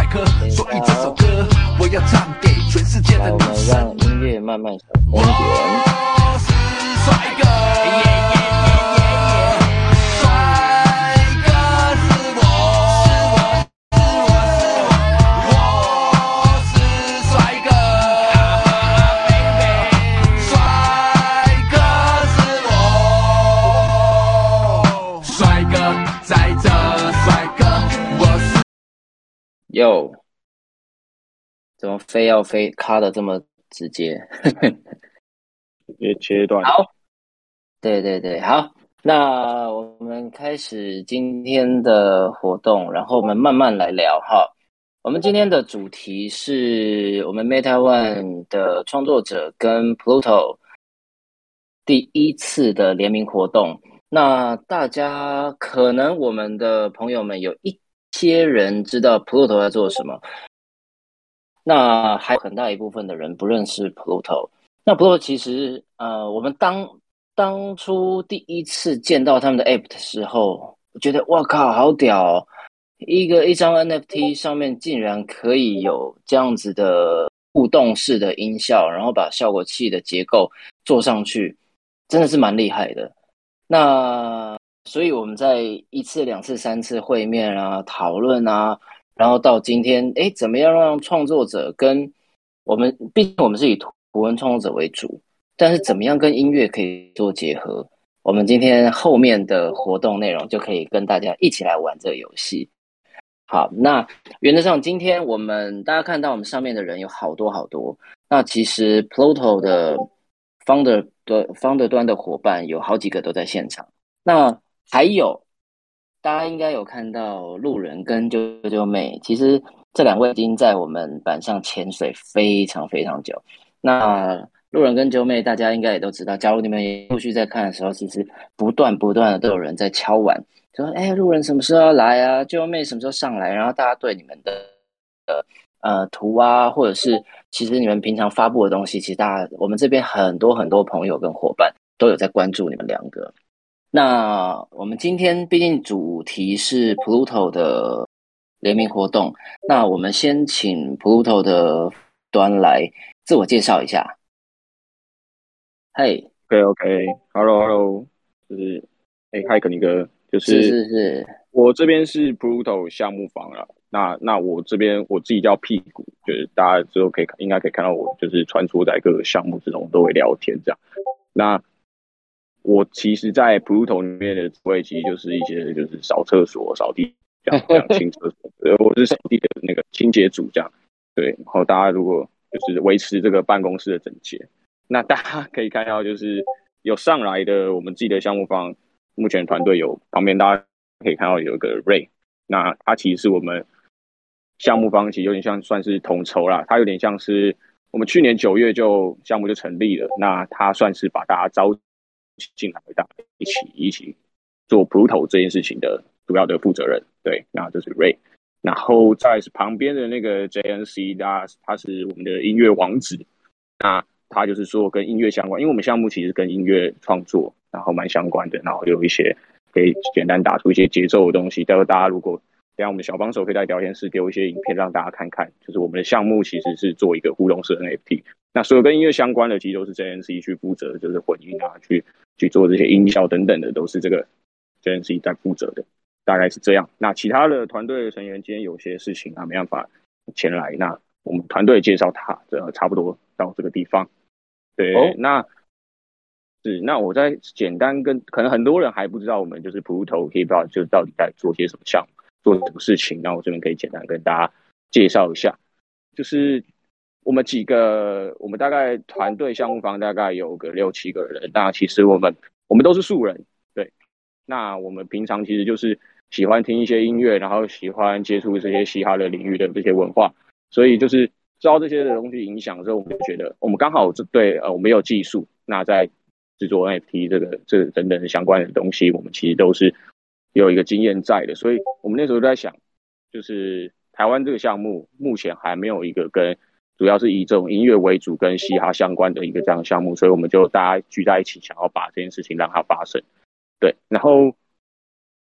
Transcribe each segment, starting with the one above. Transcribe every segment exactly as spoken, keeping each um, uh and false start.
克，所以这首歌我要唱给全世界的女生。 来，我们让音乐慢慢小声一点。 我是帅哥，耶耶耶耶耶，帅哥是我，是我，是我，我是帅哥，哈哈 baby， 帅哥是我，帅哥在这，帅哥我是。 哟，怎么非要非卡的这么直接？ 直接切断。 好，对对对，好，那我们开始今天的活动，然后我们慢慢来聊哈。我们今天的主题是我们 Meta One 的创作者跟 Pluto 第一次的联名活动。那大家可能我们的朋友们有一些人知道 Pluto 在做什么，那还有很大一部分的人不认识 Pluto。那 Pluto 其实呃，我们当当初第一次见到他们的 App 的时候，我觉得哇靠，好屌哦！一个一张 N F T 上面竟然可以有这样子的互动式的音效，然后把效果器的结构做上去，真的是蛮厉害的。那所以我们在一次、两次、三次会面啊、讨论啊，然后到今天，哎，怎么样让创作者跟我们，毕竟我们是以图文创作者为主，但是怎么样跟音乐可以做结合？我们今天后面的活动内容就可以跟大家一起来玩这个游戏。好，那原则上今天我们大家看到我们上面的人有好多好多，那其实 Pluto 的 founder 的 founder 端的伙伴有好几个都在现场，那还有大家应该有看到路人跟啾啾妹，其实这两位已经在我们板上潜水非常非常久。那路人跟啾妹大家应该也都知道，假如你们也陆续在看的时候，其实不断不断的都有人在敲碗，说哎，路人什么时候要来啊？啾妹什么时候上来？然后大家对你们的呃图啊，或者是其实你们平常发布的东西，其实大家我们这边很多很多朋友跟伙伴都有在关注你们两个。那我们今天毕竟主题是 Pluto 的联名活动，那我们先请 Pluto 的端来自我介绍一下。嘿 OK OK，Hello Hello， 就是哎嗨肯尼哥，就是是是是， 我这边是 Pluto 项目房了。那那我这边我自己叫屁股，就是大家之后可以应该可以看到我就是穿梭在各个项目之中都会聊天这样。那我其实，在 Pluto 里面的职位其实就是一些就是扫厕所、扫地这样这样清厕所，我是扫地的那个清洁组这样。对，然后大家如果就是维持这个办公室的整洁。那大家可以看到，就是有上来的我们自己的项目方，目前团队有旁边大家可以看到有一个 Ray， 那他其实是我们项目方，其实有点像算是统筹啦，他有点像是我们去年九月就项目就成立了，那他算是把大家招进来，大家一起一起做 Pluto 这件事情的主要的负责人，对，那就是 Ray。然后再是旁边的那个 J N C， 他他是我们的音乐王子，那他就是说跟音乐相关，因为我们项目其实跟音乐创作然后蛮相关的，然后有一些可以简单打出一些节奏的东西。待会大家如果等一下我们小帮手可以在聊天室丢一些影片让大家看看，就是我们的项目其实是做一个互动式的 N F T， 那所有跟音乐相关的其实都是 J N C 去负责，就是混音啊，去去做这些音效等等的，都是这个 J N C 在负责的，大概是这样。那其他的团队的成员今天有些事情啊没办法前来，那我们团队介绍他，这差不多到这个地方。对，哦、那是那我再简单跟可能很多人还不知道我们就是 Pluto Hip-Hop 就到底在做些什么项目，做什么事情。那我这边可以简单跟大家介绍一下，就是我们几个，我们大概团队项目方大概有个六七个人。那其实我们我们都是素人，对。那我们平常其实就是喜欢听一些音乐，然后喜欢接触这些嘻哈的领域的这些文化，所以就是。知道这些的东西影响之后，我们就觉得我们刚好对呃，我们有技术，那在制作 N F T 这个这个等等的相关的东西，我们其实都是有一个经验在的，所以我们那时候在想，就是台湾这个项目目前还没有一个跟主要是以这种音乐为主跟嘻哈相关的一个这样的项目，所以我们就大家聚在一起，想要把这件事情让它发生。对，然后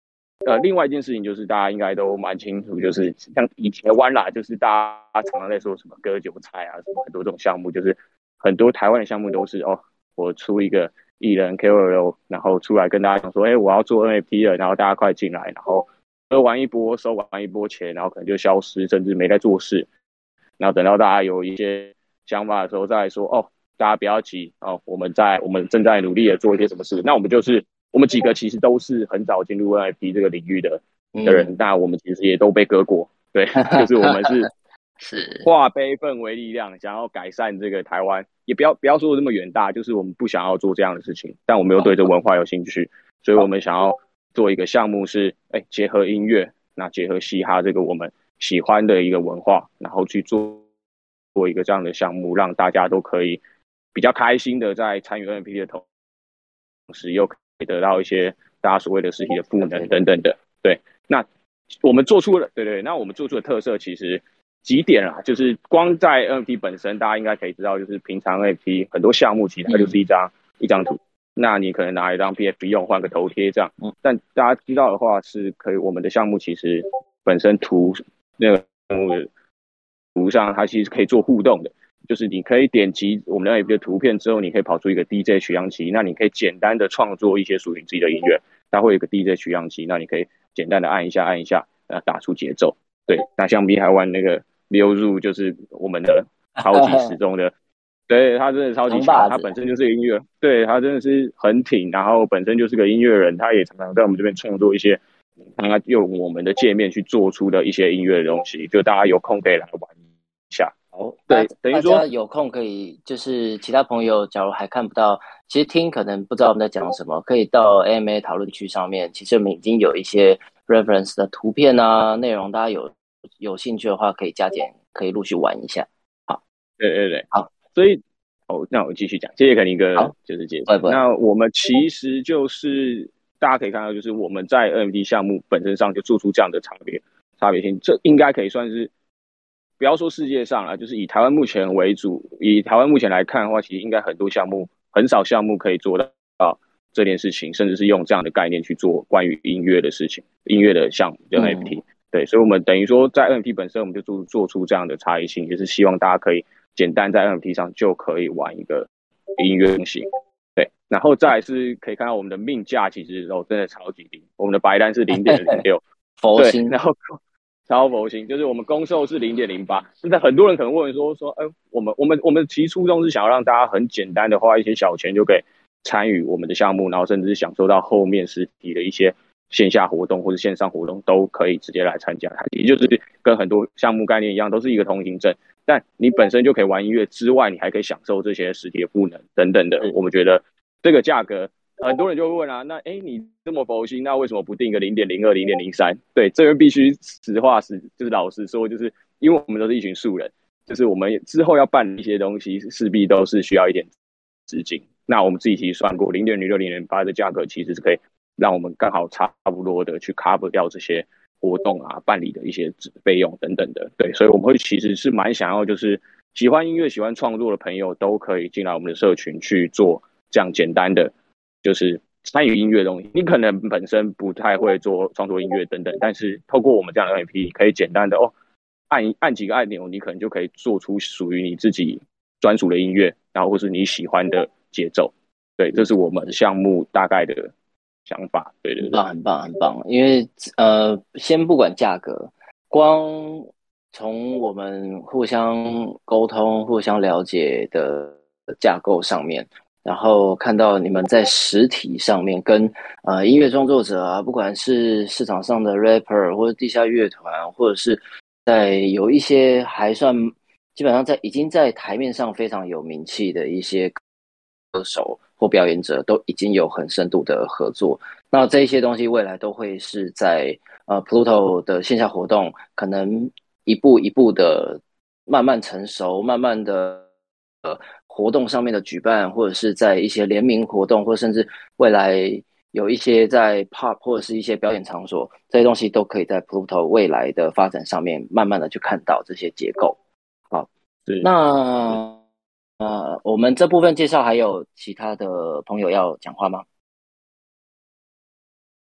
呃，另外一件事情就是大家应该都蛮清楚，就是像以台湾啦，就是大家常常在说什么割韭菜啊，什么很多这种项目，就是很多台湾的项目都是哦，我出一个艺人 K O L，然后出来跟大家讲说，哎，我要做 N F T 了，然后大家快进来，然后割完一波，收完一波钱，然后可能就消失，甚至没在做事。然后等到大家有一些想法的时候，再来说哦，大家不要急哦，我们在我们正在努力的做一些什么事。那我们就是我们几个其实都是很早进入 N F T 这个领域的的人， 嗯， 那我们其实也都被割过，对，就是我们是是化悲愤为力量，想要改善这个台湾，也不要不要说的这么远大，就是我们不想要做这样的事情，但我们又对这文化有兴趣，所以我们想要做一个项目是，哎，结合音乐，那结合嘻哈这个我们喜欢的一个文化，然后去做做一个这样的项目，让大家都可以比较开心的在参与 N F T 的同时，又可以得到一些大家所谓的实体的赋能等等的。对，那我们做出了，对对，那我们做出的特色其实几点啦，就是光在 N F T 本身，大家应该可以知道，就是平常 N F T 很多项目其实它就是一张、嗯、一张图，那你可能拿一张 P F P 用，换个头贴这样。嗯、但大家知道的话，是可以，我们的项目其实本身图那个图上它其实可以做互动的。就是你可以点击我们的 N F T 的图片之后，你可以跑出一个 D J 取样机，那你可以简单的创作一些属于你自己的音乐，它会有一个 D J 取样机，那你可以简单的按一下按一下，呃，打出节奏。对，那像米海湾那个 Lil Ru 就是我们的超级始终的，对，他真的超级强，他本身就是个音乐，对，他真的是很挺，然后本身就是个音乐人，他也常常在我们这边创作一些，他用我们的界面去做出的一些音乐的东西，就大家有空可以来玩一下。 好， 对，等于说大家有空可以，就是其他朋友假如还看不到，其实听可能不知道我们在讲什么，可以到 A M A 讨论区上面，其实我们已经有一些 reference 的图片啊内容，大家有有兴趣的话可以加减，可以陆续玩一下。好， 对对对， 好， 所以哦，那我继续讲，谢谢肯尼哥，就是介绍。那我们其实就是大家可以看到，就是我们在 N F T 项目本身上就做出这样的差别差别性，这应该可以算是。不要说世界上啦，就是以台湾目前为主，以台湾目前来看的话，其实应该很多项目，很少项目可以做到这件事情，甚至是用这样的概念去做关于音乐的事情，音乐的项目的 N F T、嗯。对，所以我们等于说在 N F T 本身，我们就做做出这样的差异性，就是希望大家可以简单在 N F T 上就可以玩一个音乐东西。对，然后再来是可以看到我们的命价其实哦真的超级低，我们的白单是零点零六， 佛心， 然后。超佛心，就是我们公售是 零点零八， 现在很多人可能问说说，哎、呃，我们我们我们其初衷是想要让大家很简单的花一些小钱就可以参与我们的项目，然后甚至是享受到后面实体的一些线下活动或者线上活动都可以直接来参加，它也就是跟很多项目概念一样，都是一个通行证，但你本身就可以玩音乐之外，你还可以享受这些实体的赋能等等的，我们觉得这个价格。很多人就会问啊，那哎，你这么佛心，那为什么不定个零点零二、零点零三？对，这边必须实话实，就是老实说，就是因为我们都是一群素人，就是我们之后要办一些东西，势必都是需要一点资金。那我们自己其实算过，零点零六、零点零八的价格其实是可以让我们刚好差不多的去 cover 掉这些活动啊、办理的一些费用等等的。对，所以我们会其实是蛮想要，就是喜欢音乐、喜欢创作的朋友都可以进来我们的社群去做这样简单的。就是参与音乐的东西，你可能本身不太会做创作音乐等等，但是透过我们这样的 N F T， 可以简单的哦，按按几个按钮，你可能就可以做出属于你自己专属的音乐，然后或是你喜欢的节奏。对，这是我们项目大概的想法。对对对， 很棒很棒很棒。因为呃，先不管价格，光从我们互相沟通、互相了解的架构上面。然后看到你们在实体上面跟呃音乐创作者啊，不管是市场上的 rapper 或者地下乐团，或者是在有一些还算基本上在已经在台面上非常有名气的一些歌手或表演者，都已经有很深度的合作。那这一些东西未来都会是在呃 Pluto 的线下活动，可能一步一步的慢慢成熟，慢慢的呃。活动上面的举办，或者是在一些联名活动，或者甚至未来有一些在 pop 或者是一些表演场所，这些东西都可以在 Pluto 未来的发展上面慢慢的去看到这些结构。好，那呃，我们这部分介绍还有其他的朋友要讲话吗？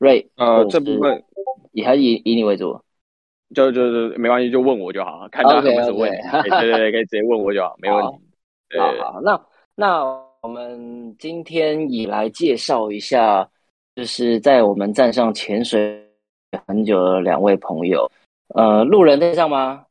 瑞， 呃，这部分以还是以以你为主。 就就就没关系，就问我就好，看大家有没有什么问题。 OK OK， 对对对，可以直接问我就好，没问题。 好好，那那我们今天也来介绍一下，就是在我们站上潜水很久的两位朋友，呃，路人在上吗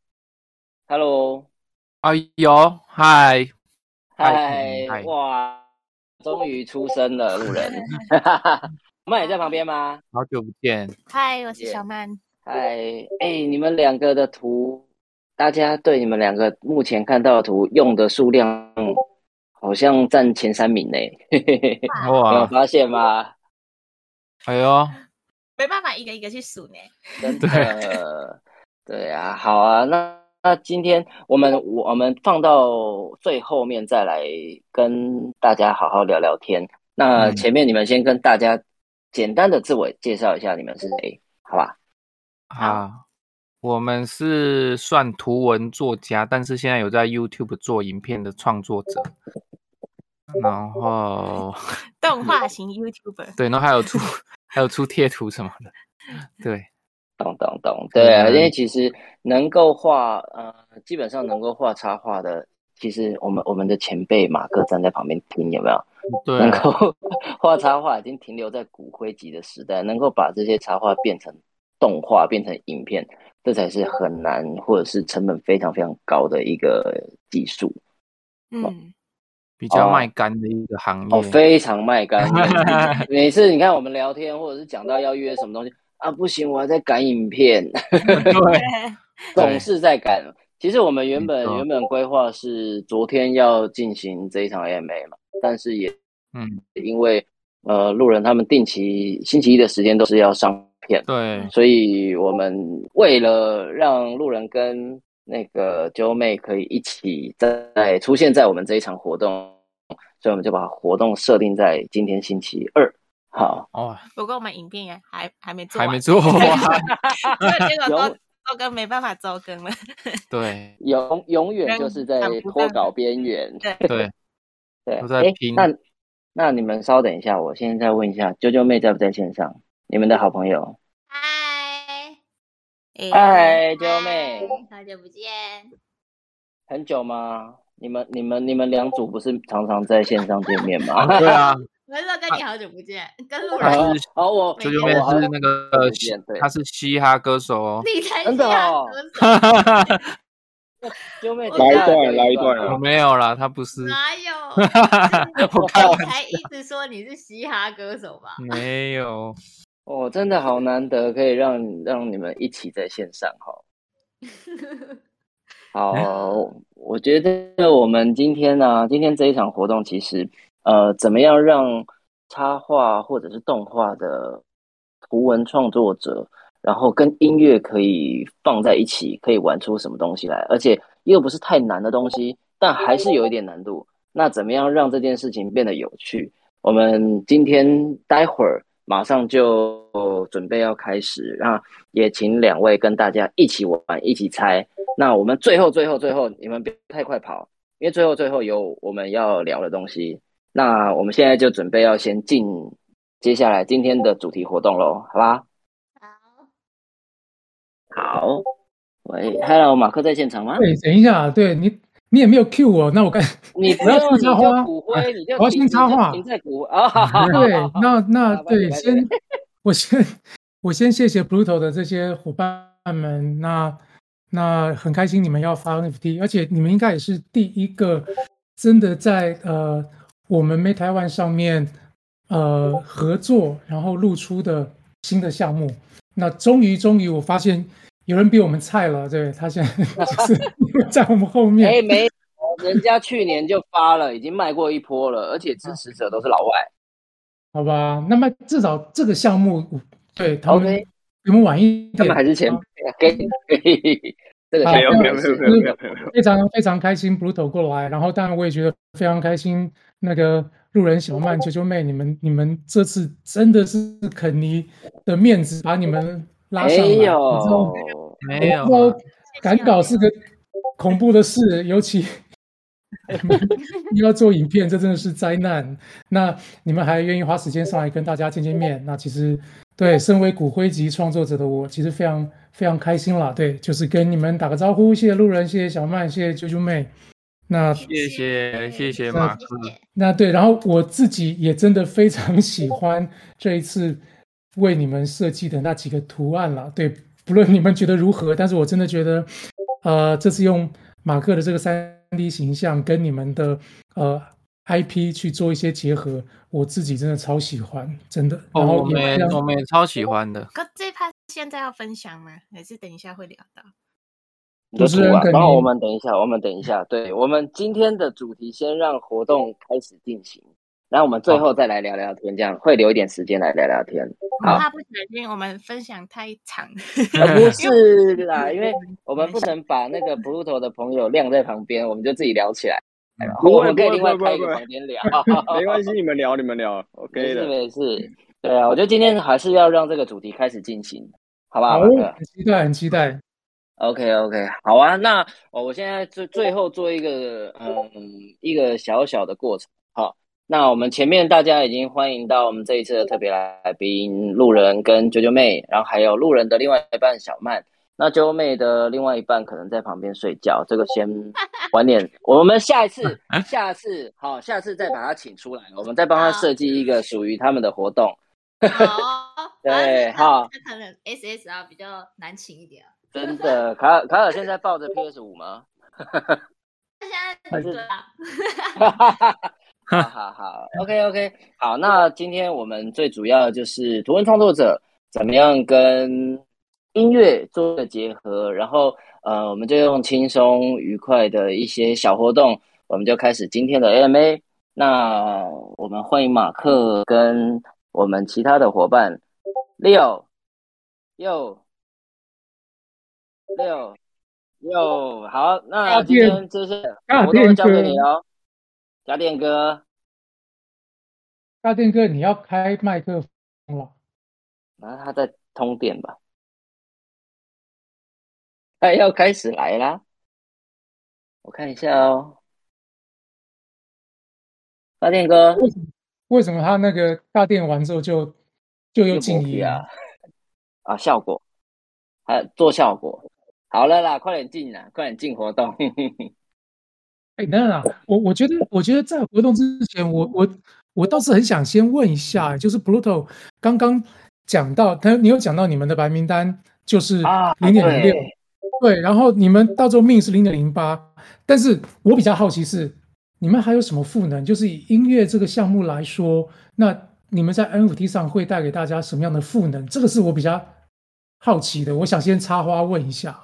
？Hello， 啊有，嗨， 嗨，哇，终于出生了，路人，曼也在旁边吗？ 好久不见， 嗨，我是小曼。 嗨，哎，你们两个的图，大家对你们两个目前看到的图用的数量，好像占前三名呢。 哇， 你有发现吗？ 哎呦， 没办法一个一个去数呢。 真的，对啊，好啊，那那今天我们我们放到最后面再来跟大家好好聊聊天。那前面你们先跟大家简单的自我介绍一下，你们是谁，好吧？ 啊，我们是算图文作家，但是现在有在 YouTube 做影片的创作者，然后动画型 YouTuber， 对，然后还有出还有出贴图什么的，对， 懂懂懂，对啊，因为其实能够画呃，基本上能够画插画的，其实我们我们的前辈马克站在旁边听，有没有？ 对、啊， 能够画插画已经停留在骨灰级的时代，能够把这些插画变成动画、变成影片，这才是很难或者是成本非常非常高的一个技术。 嗯， 比较卖干的一个行业， 哦，非常卖干。每次你看我们聊天，或者是讲到要约什么东西啊，不行，我还在赶影片， 对， 总是在赶。其实我们原本原本规划是昨天要进行这一场 A M A 嘛，但是也嗯， 因为呃路人他们定期星期一的时间都是要上片， 对， 所以我们为了让路人跟那个啾妹可以一起在出现在我们这一场活动，所以我们就把活动设定在今天星期二。好哦， 不过我们影片也还还没做， 还没做完， 结果都周更没办法周更了。 对， 永永远就是在脱稿边缘。 对对对， 都在拼。 那那你们稍等一下，我现在问一下，啾啾妹在不在线上？你们的好朋友。 嗨， 嗨，啾妹， 好久不见。 很久吗？你们你们你们两组不是常常在线上见面吗？ 对啊， 我是说跟你好久不见，跟路人。 好，我啾啾妹是那个，他是嘻哈歌手哦。 你才真的哦。啾妹， 来一段，来一段我没有啦，他不是。 哪有？ 我看我才一直说你是嘻哈歌手吧？ 没有。 哦，真的好难得，可以让让你们一起在线上哈。好，我觉得我们今天呢、啊，今天这一场活动其实，呃，怎么样让插画或者是动画的图文创作者，然后跟音乐可以放在一起，可以玩出什么东西来，而且又不是太难的东西，但还是有一点难度。那怎么样让这件事情变得有趣？我们今天待会儿马上就准备要开始，那也请两位跟大家一起玩，一起猜。那我们最后最后最后，你们别太快跑，因为最后最后有我们要聊的东西。那我们现在就准备要先进接下来今天的主题活动咯，好吧？ 好。 好，喂 ，Hello， 马克在现场吗？ 对，等一下，对你，你也没有 cue 我，那我该你不要用插花， 骨灰，你就我要先插话。 停在骨啊， 对，那那对，先我先我先谢谢 Pluto 的这些伙伴们，那那很开心你们要发 N F T， 而且你们应该也是第一个真的在呃我们 Made Taiwan 上面呃合作，然后露出的新的项目。那终于终于我发现有人比我们菜了，对，他现在就是在我们后面。 哎，没，人家去年就发了，已经卖过一波了，而且支持者都是老外。 好吧，那么至少这个项目对他们比我们晚一点， 他们还是前辈，给这个没有没有没有没有没有非常非常开心 Pluto 过来，然后当然我也觉得非常开心，那个路人小曼啾啾妹，你们你们这次真的是肯尼的面子把你们拉上来， 没有我知道没有， 赶稿是个恐怖的事，尤其又要做影片，这真的是灾难。那你们还愿意花时间上来跟大家见见面，那其实对身为骨灰级创作者的我，其实非常非常开心啦。对，就是跟你们打个招呼，谢谢路人，谢谢小曼，谢谢啾啾妹。那谢谢谢谢那马克。 那对，然后我自己也真的非常喜欢这一次为你们设计的那几个图案啦。对，不论你们觉得如何，但是我真的觉得，呃，这次用马克的这个三 D 形象跟你们的呃 I P 去做一些结合，我自己真的超喜欢，真的。然哦，我们后也非常我们也超喜欢的。 可这一趴现在要分享吗？还是等一下会聊到？ 你的图啊， 主持人肯然后我定们等一下，我们等一下，对，我们今天的主题先让活动开始进行，然后我们最后再来聊聊天，这样会留一点时间来聊聊天。好， 我怕不小心我们分享太长。 呃，不是啦，因为我们不能把那个 Pluto 的朋友晾在旁边，我们就自己聊起来。然后我们可以另外开一个房间聊， 没关系，你们聊，你们聊，OK 的。 没事没事，对啊，我觉得今天还是要让这个主题开始进行，好不好？ 好， 马克很期待，很期待。 OK OK，好啊，那哦，我现在最最后做一个嗯一个小小的过程，好，那我们前面大家已经欢迎到我们这一次的特别来宾路人跟啾啾妹，然后还有路人的另外一半小曼，那啾啾妹的另外一半可能在旁边睡觉，这个先晚点，我们下一次下次好，下次再把他请出来，我们再帮他设计一个属于他们的活动。 好， 对，好， 那可能 S S R 比较难请一点啊。 真的，卡尔卡尔现在抱着 P S 五吗？ 现在对啊， 好好好 ，OK OK，好，那今天我们最主要的就是图文创作者怎么样跟音乐做个结合，然后呃，我们就用轻松愉快的一些小活动，我们就开始今天的 A M A。那我们欢迎马克跟我们其他的伙伴六六六六，好，那今天就是活动交给你哦，家电哥。 大电哥，你要开麦克风了。 然后他在通电吧，他要开始来啦。我看一下哦，大电哥， 为什么为什么他那个大电完之后就就又静音啊？啊，效果，还做效果。好了啦，快点进啦，快点进活动。 哎，等等啦，我我觉得，我觉得在活动之前，我我我倒是很想先问一下，就是 Pluto 刚刚讲到，他你有讲到你们的白名单就是零点零六，对，然后你们到时候命是零点零八，但是我比较好奇是，你们还有什么赋能？就是以音乐这个项目来说，那你们在 N F T 上会带给大家什么样的赋能？这个是我比较好奇的，我想先插花问一下。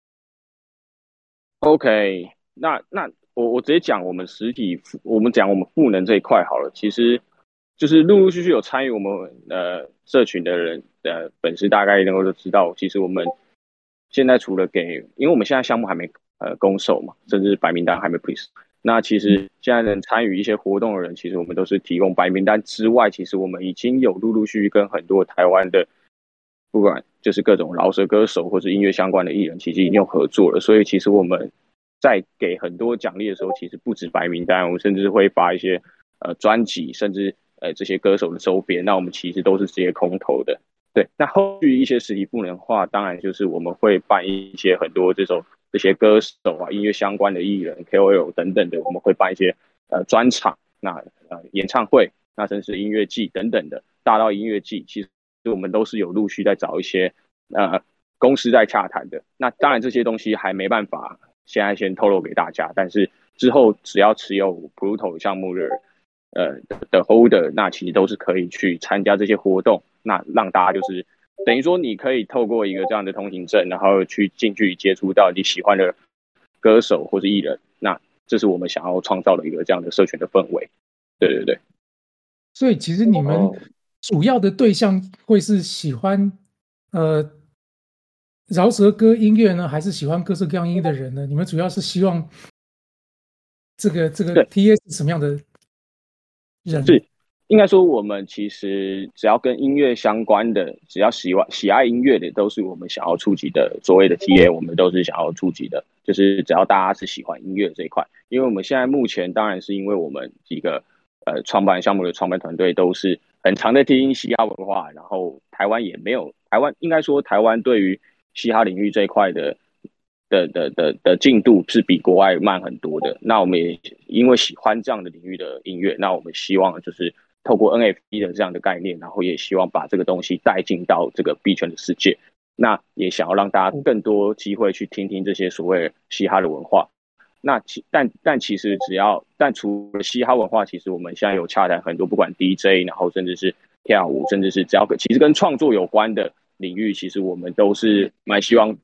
OK， 那那。我我直接讲我们实体，我们讲我们赋能这一块好了。其实就是陆陆续续有参与我们呃社群的人的粉丝，大概能够都知道，其实我们现在除了给，因为我们现在项目还没呃公售嘛，甚至白名单还没 pre， 那其实现在能参与一些活动的人，其实我们都是提供白名单之外，其实我们已经有陆陆续续跟很多台湾的，不管就是各种饶舌歌手或者音乐相关的艺人，其实已经有合作了，所以其实我们在给很多奖励的时候，其实不止白名单，我们甚至会发一些呃专辑，甚至呃这些歌手的周边。那我们其实都是直接空投的。对，那后续一些实体赋能的话，当然就是我们会办一些很多这种这些歌手啊、音乐相关的艺人、K O L 等等的，我们会办一些呃专场，那呃演唱会，那甚至音乐季等等的大到音乐季，其实我们都是有陆续在找一些呃公司在洽谈的。那当然这些东西还没办法现在先透露给大家，但是之后只要持有 Pluto 项目的呃的 holder， 那其实都是可以去参加这些活动，那让大家就是等于说你可以透过一个这样的通行证，然后去近距离接触到你喜欢的歌手或是艺人，那这是我们想要创造的一个这样的社群的氛围。对对对。 所以其实你们主要的对象会是喜欢呃饶舌歌音乐呢，还是喜欢各式各样音乐的人呢？你们主要是希望这个这个 T S 什么样的人？ 是应该说，我们其实只要跟音乐相关的，只要喜欢喜爱音乐的，都是我们想要触及的所谓的 T A， 我们都是想要触及的。就是只要大家是喜欢音乐这一块，因为我们现在目前当然是因为我们几个呃创办项目的创办团队都是很常在听嘻哈文化，然后台湾也没有台湾应该说台湾对于嘻哈领域这一块的。的的的的进度是比国外慢很多的。那我们也因为喜欢这样的领域的音乐，那我们希望就是透过 N F T 的这样的概念，然后也希望把这个东西带进到这个币圈的世界。那也想要让大家更多机会去听听这些所谓嘻哈的文化。那其但但其实只要但除了嘻哈文化，其实我们现在有洽谈很多，不管 D J， 然后甚至是跳舞，甚至是只要其实跟创作有关的领域，其实我们都是蛮希望。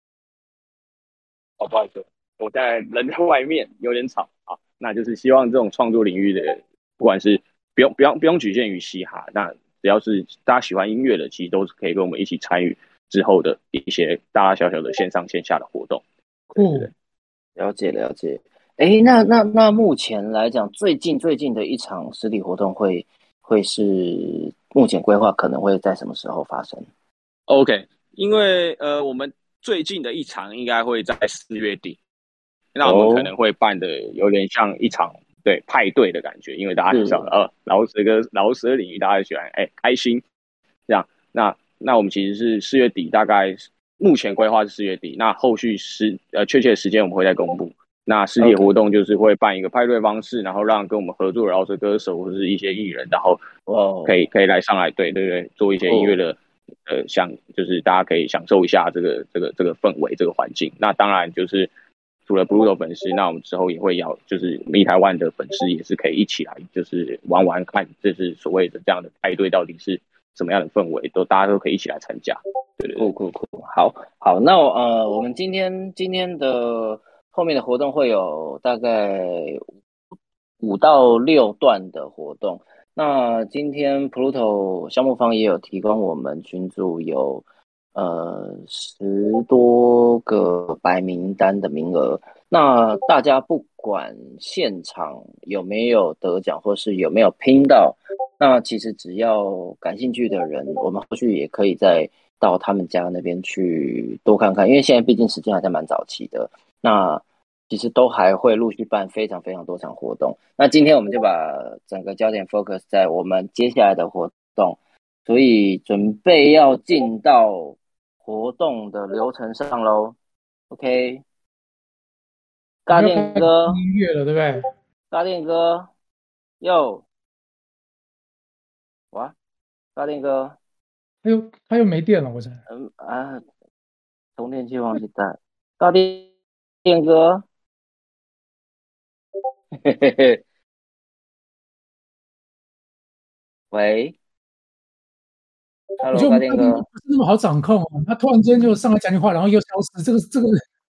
哦，不好意思，我在人在外面有点吵啊。那就是希望这种创作领域的，不管是不用不用不用局限于嘻哈，那只要是大家喜欢音乐的，其实都是可以跟我们一起参与之后的一些大大小小的线上线下的活动。 哦， 了解了解。哎，那那那目前来讲，最近最近的一场实体活动会会是目前规划可能会在什么时候发生 ？OK， 因为呃我们。最近的一场应该会在四月底，那我们可能会办的有点像一场对派对的感觉，因为大家知道呃饶舌跟饶舌领域大家喜欢哎开心这样，那那我们其实是四月底，大概目前规划是四月底，那后续时呃确切的时间我们会再公布。那实体活动就是会办一个派对方式，然后让跟我们合作的饶舌歌手或者是一些艺人，然后可以可以来上来对对对做一些音乐的。呃，享就是大家可以享受一下这个这个这个氛围，这个环境。那当然就是除了 Bruto 粉丝，那我们之后也会要就是Me台湾的粉丝也是可以一起来，就是玩玩看，这是所谓的这样的派对到底是什么样的氛围，都大家都可以一起来参加。对对对， 酷酷酷，好好，那呃，我们今天今天的后面的活动会有大概五到六段的活动。那今天 Pluto 项目方也有提供我们群组有呃十多个白名单的名额，那大家不管现场有没有得奖或是有没有拼到，那其实只要感兴趣的人，我们后续也可以再到他们家那边去多看看，因为现在毕竟时间还在蛮早期的，那其实都还会陆续办非常非常多场活动。那今天我们就把整个焦点 focus 在我们接下来的活动，所以准备要进到活动的流程上咯。OK， 大电哥， 音乐了，对不对？ 大电哥，哟，哇，大电哥， 他又他又没电了，我猜。 嗯啊，充电器忘记带，大电电哥。嘿嘿嘿，喂 ，Hello， 大电哥， 不是那么好掌控哦。他突然间就上来讲句话，然后又消失，这个这个，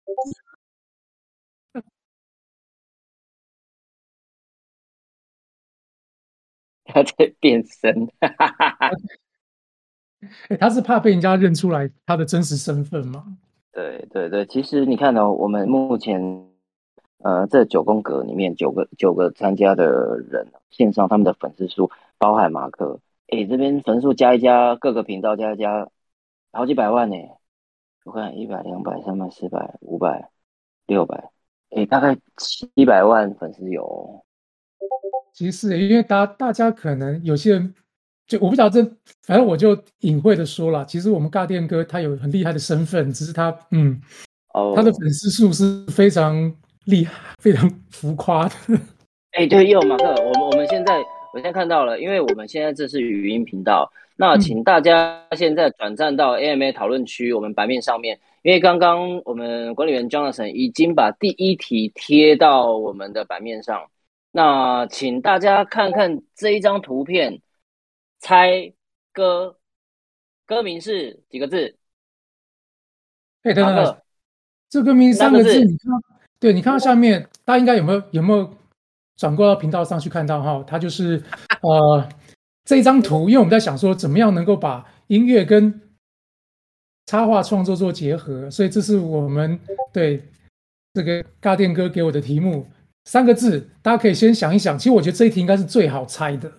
他在变身，哈哈哈哈。 欸，他是怕被人家认出来他的真实身份吗？ 对对对，其实你看哦，我们目前呃这九宫格里面九个九个参加的人，线上他们的粉丝数，包含马克，哎，这边粉丝数加一加，各个频道加一加，好几百万呢。我看一百、两百、三百、四百、五百、六百，哎，大概七百万粉丝有哦。 其实是因为大大家可能有些人。就我不知道这，反正我就隐晦的说了，其实我们尬电哥他有很厉害的身份，只是他嗯， 哦， 他的粉丝数是非常厉害、非常浮夸的。 哎、欸，对，有马克，我们我们现在我现在看到了，因为我们现在这是语音频道，那请大家现在转战到 A M A 讨论区，我们版面上面，因为刚刚我们管理员 Jonathan 已经把第一题贴到我们的版面上，那请大家看看这一张图片。猜歌，歌名是几个字？ 哎，等等，这歌名三个字，你看，对，你看到下面，大家应该有没有有没有转过到频道上去看到哈？它就是呃这一张图，因为我们在想说怎么样能够把音乐跟插画创作做结合，所以这是我们对这个尬电哥给我的题目，三个字，大家可以先想一想。其实我觉得这一题应该是最好猜的。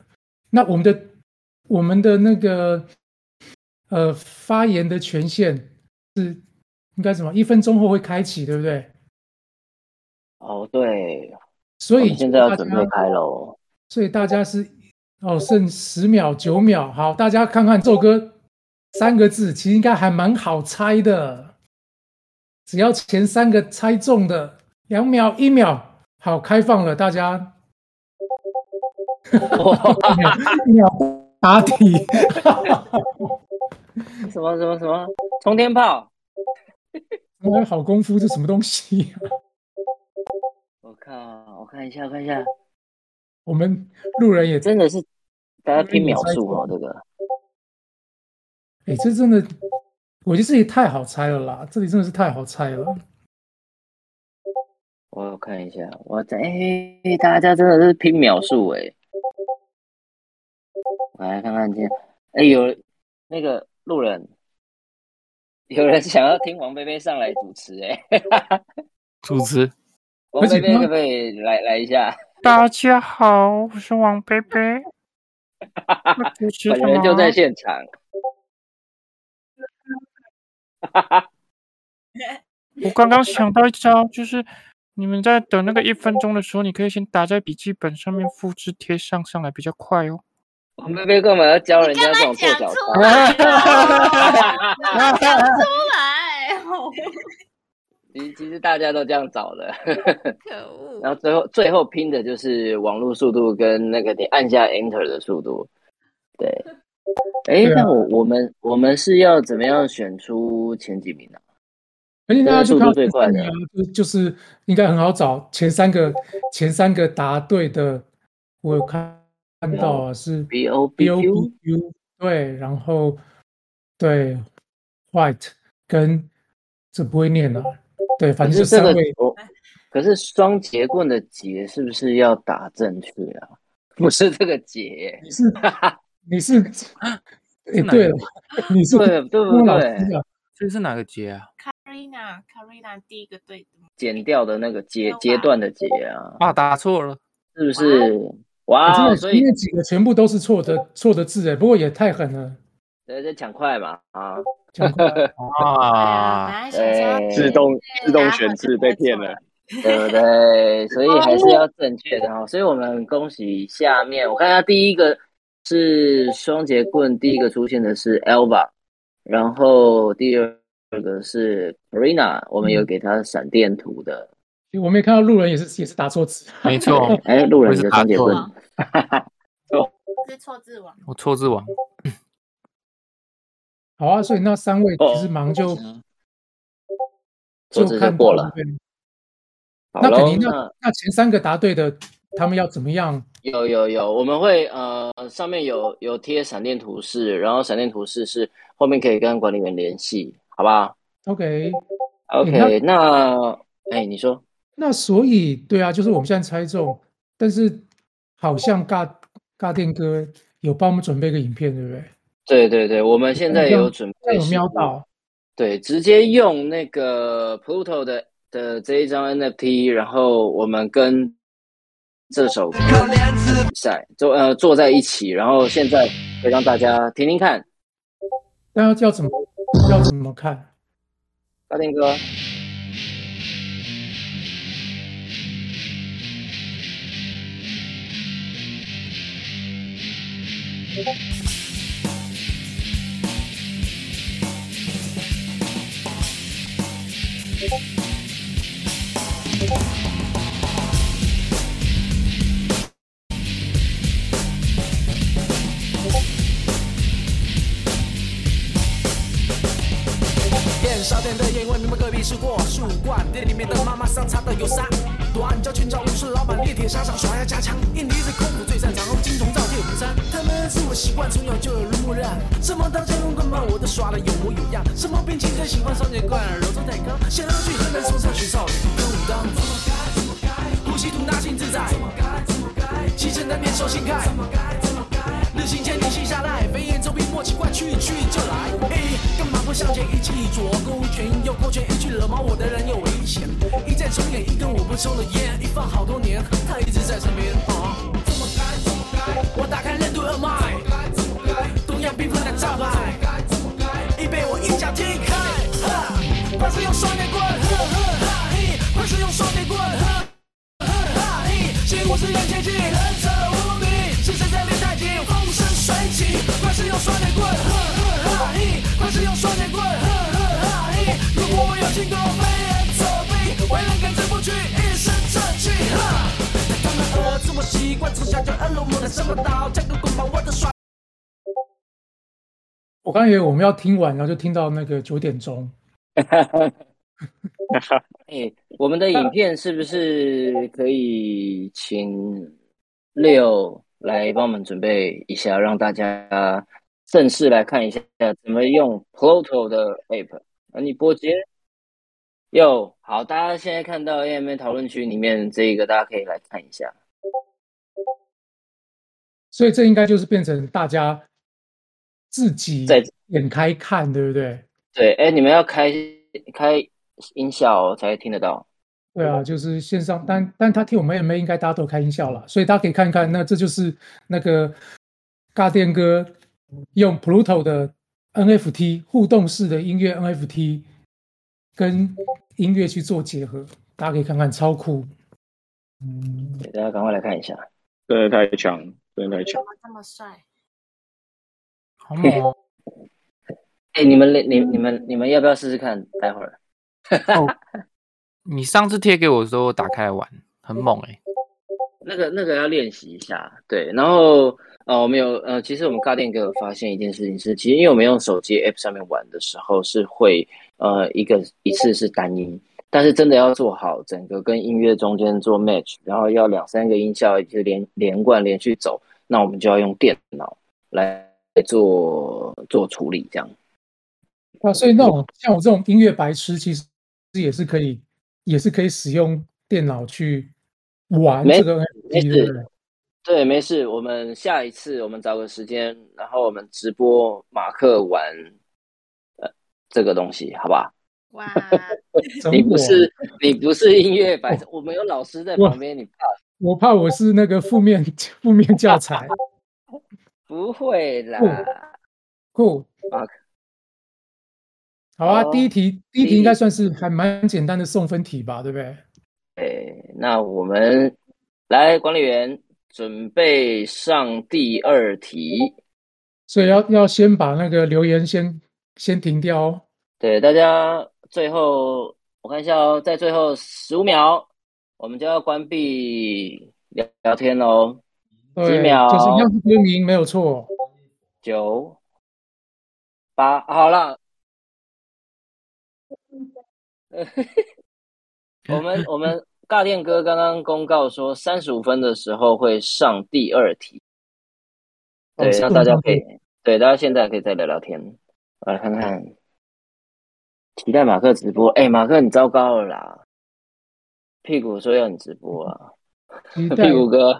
那我们的我们的那个呃发言的权限是应该什么？一分钟后会开启，对不对？ 哦，对， 所以我们现在要准备开喽。 所以大家是哦，剩十秒、九秒，好，大家看看这首歌三个字，其实应该还蛮好猜的，只要前三个猜中的，两秒、一秒，好，开放了，大家。一秒一秒答题， 什么什么什么冲天炮？ 哎，好功夫，这什么东西、啊？ 我看，我看一下，我看一下， 我们路人也真的是大家拼秒数哦，这个。 哎，这真的，我觉得这里太好猜了啦，这里真的是太好猜了。 我看一下，我在哎，大家真的是拼秒数哎。我来看看见，哎，有那个路人，有人想要听王菲菲上来主持哎， 主持， 王菲菲可不可以来来一下？ 大家好，我是王菲菲，主持本人就在现场。 我刚刚想到一招，就是你们在等那个一分钟的时候，你可以先打在笔记本上面，复制贴上上来比较快哦。 王菲菲干嘛要教人家这种做小抄？ 讲出来， 其实其实大家都这样找的。 可恶！ 然后最后最后拼的就是网络速度跟那个你按下 Enter 的速度。对。哎，那我我们我们是要怎么样选出前几名呢、啊？ 而且大家就看最快的， 就就是应该很好找，前三个前三个答对的，我有看看到啊，是 B O B O B U 对，然后对 White 跟这不会念了、啊，对，反正就三位。 可是双节棍的节是不是要打正确啊？不是这个节， 你是你是哎，对了，你是对对不对？ 这是哪个节啊 ？Karina Karina 第一个对的， 剪掉的那个阶阶段的节啊。 啊，打错了， 是不是？哇， 真的， 所以那几个全部都是错的错的字哎，不过也太狠了。 对，在抢快嘛啊， 抢快啊！ 对， 自动自动选字被骗了。 对不对？所以还是要正确的哈。所以我们恭喜下面，我看一下第一个是双节棍，第一个出现的是 Elva， 然后第二个是 Karina， 我们有给他闪电图的。 我们也看到路人也是也是打错字， 没错。 哎，路人的双节棍， 是错字王， 我错字王。 好啊，所以那三位其实忙就、 哦、 就看过了。 那肯定，那那前三个答对的，他们要怎么样？ 有有有，我们会呃上面有有贴闪电图示，然后闪电图示是后面可以跟管理员联系，好不好 ？OK OK，、欸、那哎、欸、你说， 那所以对啊，就是我们现在猜中，但是好像尬尬电哥有帮我们准备个影片，对不对？ 对对对，我们现在有准备， 有瞄到， 对，直接用那个 Pluto 的。的这一张 N F T， 然后我们跟这首歌比赛坐呃坐在一起，然后现在可以让大家听听看。 那要要怎么要怎么看？ 大天哥。 烧店的烟味，明白隔壁是过树冠，店里面的妈妈桑擦的有啥？短脚拳脚武士老板，猎铁沙场耍呀加强，印第是空腹最擅长，金虫照铁虎山。他们是我习惯，从小就有入木染，什么刀剑棍棍棒我都耍的有模有样，什么兵器最喜欢双截棍，柔中带刚，想要去河南嵩山学少林跟武当。怎么改？怎么改？呼吸吐纳心自在。怎么改？怎么改？七成难免手心开。怎么改？怎么改？日行千里心下来，飞檐走壁莫奇怪，去去就来。哎，干嘛不向前一起左勾拳右勾拳，一句惹毛我的人有危险。一再重演一根我不抽的烟，一放好多年，他一直在身边。啊，怎么改？怎么改？ 我打开任督二脉，东洋缤纷的招牌，已被我一脚踢开。哈，快是用双截棍，呵呵哈嘿，快是用双截棍，呵呵哈嘿，新故事人前进，忍者无敌，是谁在练太极，风生水起，快是用双截棍，呵呵哈嘿，快是用双截棍，呵呵哈嘿，如果我有进攻，没人作弊，为人根治不屈，一身正气，哈。他们儿子我习惯从小就耳濡目染，什么刀这个棍棒我的耍。 我刚以为我们要听完，然后就听到那个九点钟。 哎，我们的影片是不是可以请六来帮我们准备一下，让大家正式来看一下怎么用 Pluto 的 app？ 啊，你波杰有好，大家现在看到 A M A 讨论区里面这个，大家可以来看一下。 所以这应该就是变成大家自己在点开看，对不对？ 对，哎，你们要开开音效才听得到。 对啊，就是线上，但但他听我们 M A 应该大家都开音效了，所以大家可以看看，那这就是那个尬电哥用 Pluto 的 N F T 互动式的音乐 N F T 跟音乐去做结合，大家可以看看，超酷。 嗯，大家赶快来看一下， 真的太强，真的太强， 这么帅， 好猛哦！ 哎，你们你你们你们要不要试试看？待会儿。 哦，你上次贴给我的时候，我打开来玩，很猛哎、欸。 那个那个要练习一下，对。然后呃，我们有呃，其实我们尬电哥有发现一件事情是，其实因为我们用手机 app 上面玩的时候是会呃一个一次是单音，但是真的要做好整个跟音乐中间做 match， 然后要两三个音效就连连贯连续走，那我们就要用电脑来做做处理这样。 啊，所以那种像我这种音乐白痴，其实也是可以，也是可以使用电脑去玩这个 N F T， 对不对？ 对，没事。我们下一次我们找个时间，然后我们直播马克玩呃这个东西，好吧？ 哇！ 你不是你不是音乐白痴，我们有老师在旁边，你怕？ 我怕我是那个负面负面教材。 不会啦。 酷。 马克。 好啊，第一题，第一题应该算是还蛮简单的送分题吧，对不对？ 哎，那我们来，管理员准备上第二题。 所以要要先把那个留言先先停掉哦。 对，大家最后我看一下哦，在最后十五秒，我们就要关闭聊聊天喽。几秒？ 就是一样是歌名，没有错。 九、八，好了。我们我们尬电哥刚刚公告说，三十五分的时候会上第二题。对，那大家可以，对，大家现在可以再聊聊天。我来看看，期待马克直播。哎，马克你糟糕了啦！屁股说要你直播啊，屁股哥。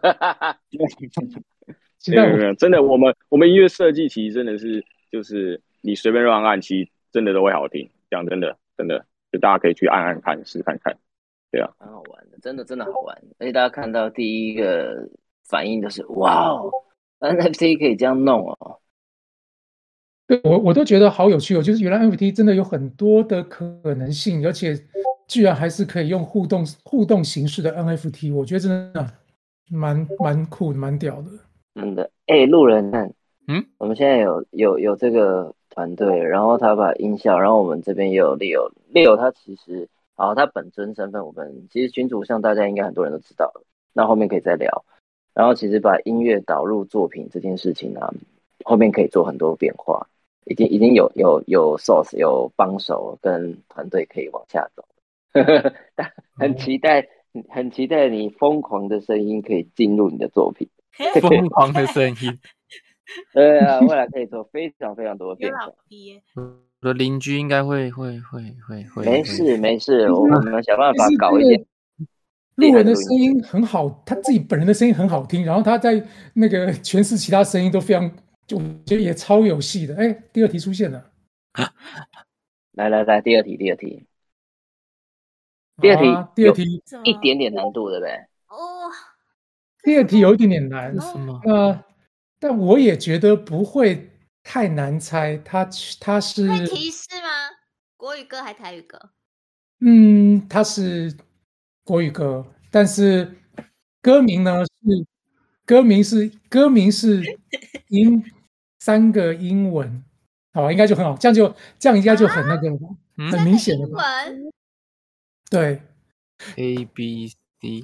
没有没有，真的，我们我们音乐设计其实真的是，就是你随便乱按，其实真的都会好听。讲真的，真的。就大家可以去按按看，试看看，对啊， 蛮好玩的，真的真的好玩。而且大家看到第一个反应就是哇哦 ，N F T 可以这样弄哦。 对，我我都觉得好有趣哦，就是原来 N F T 真的有很多的可能性，而且居然还是可以用互动互动形式的 N F T， 我觉得真的蛮蛮酷蛮屌的。 真的，哎、欸，路人看， 嗯， 我们现在有有有这个团队，然后他把音效，然后我们这边也有 Leo，Leo 他其实，好，他本尊身份我们其实群组上大家应该很多人都知道了，那后面可以再聊。然后其实把音乐导入作品这件事情啊，后面可以做很多变化，已经已经有有有 source 有帮手跟团队可以往下走，很期待很期待你疯狂的声音可以进入你的作品。 疯狂的声音， 对啊，未来可以做非常非常多的变化。 我的邻居应该会会会会会。 没事没事，我们想办法搞一点。 路人的声音很好，他自己本人的声音很好听，然后他在那个诠释其他声音都非常，就我觉得也超有戏的。哎，第二题出现了， 来来来，第二题第二题，第二题、 啊、第二题一点点难度，对不对？ 哦。 第二题有一点点难是，什么？ 那但我也觉得不会太难猜，它它会是提示吗？国语歌还台语歌？ 嗯，它是国语歌，但是歌名呢是歌名是歌名是英三个英文，好，应该就很好，这样就这样应该就很那个了吧， 嗯很明显英的吧？ 文对 ，A B C，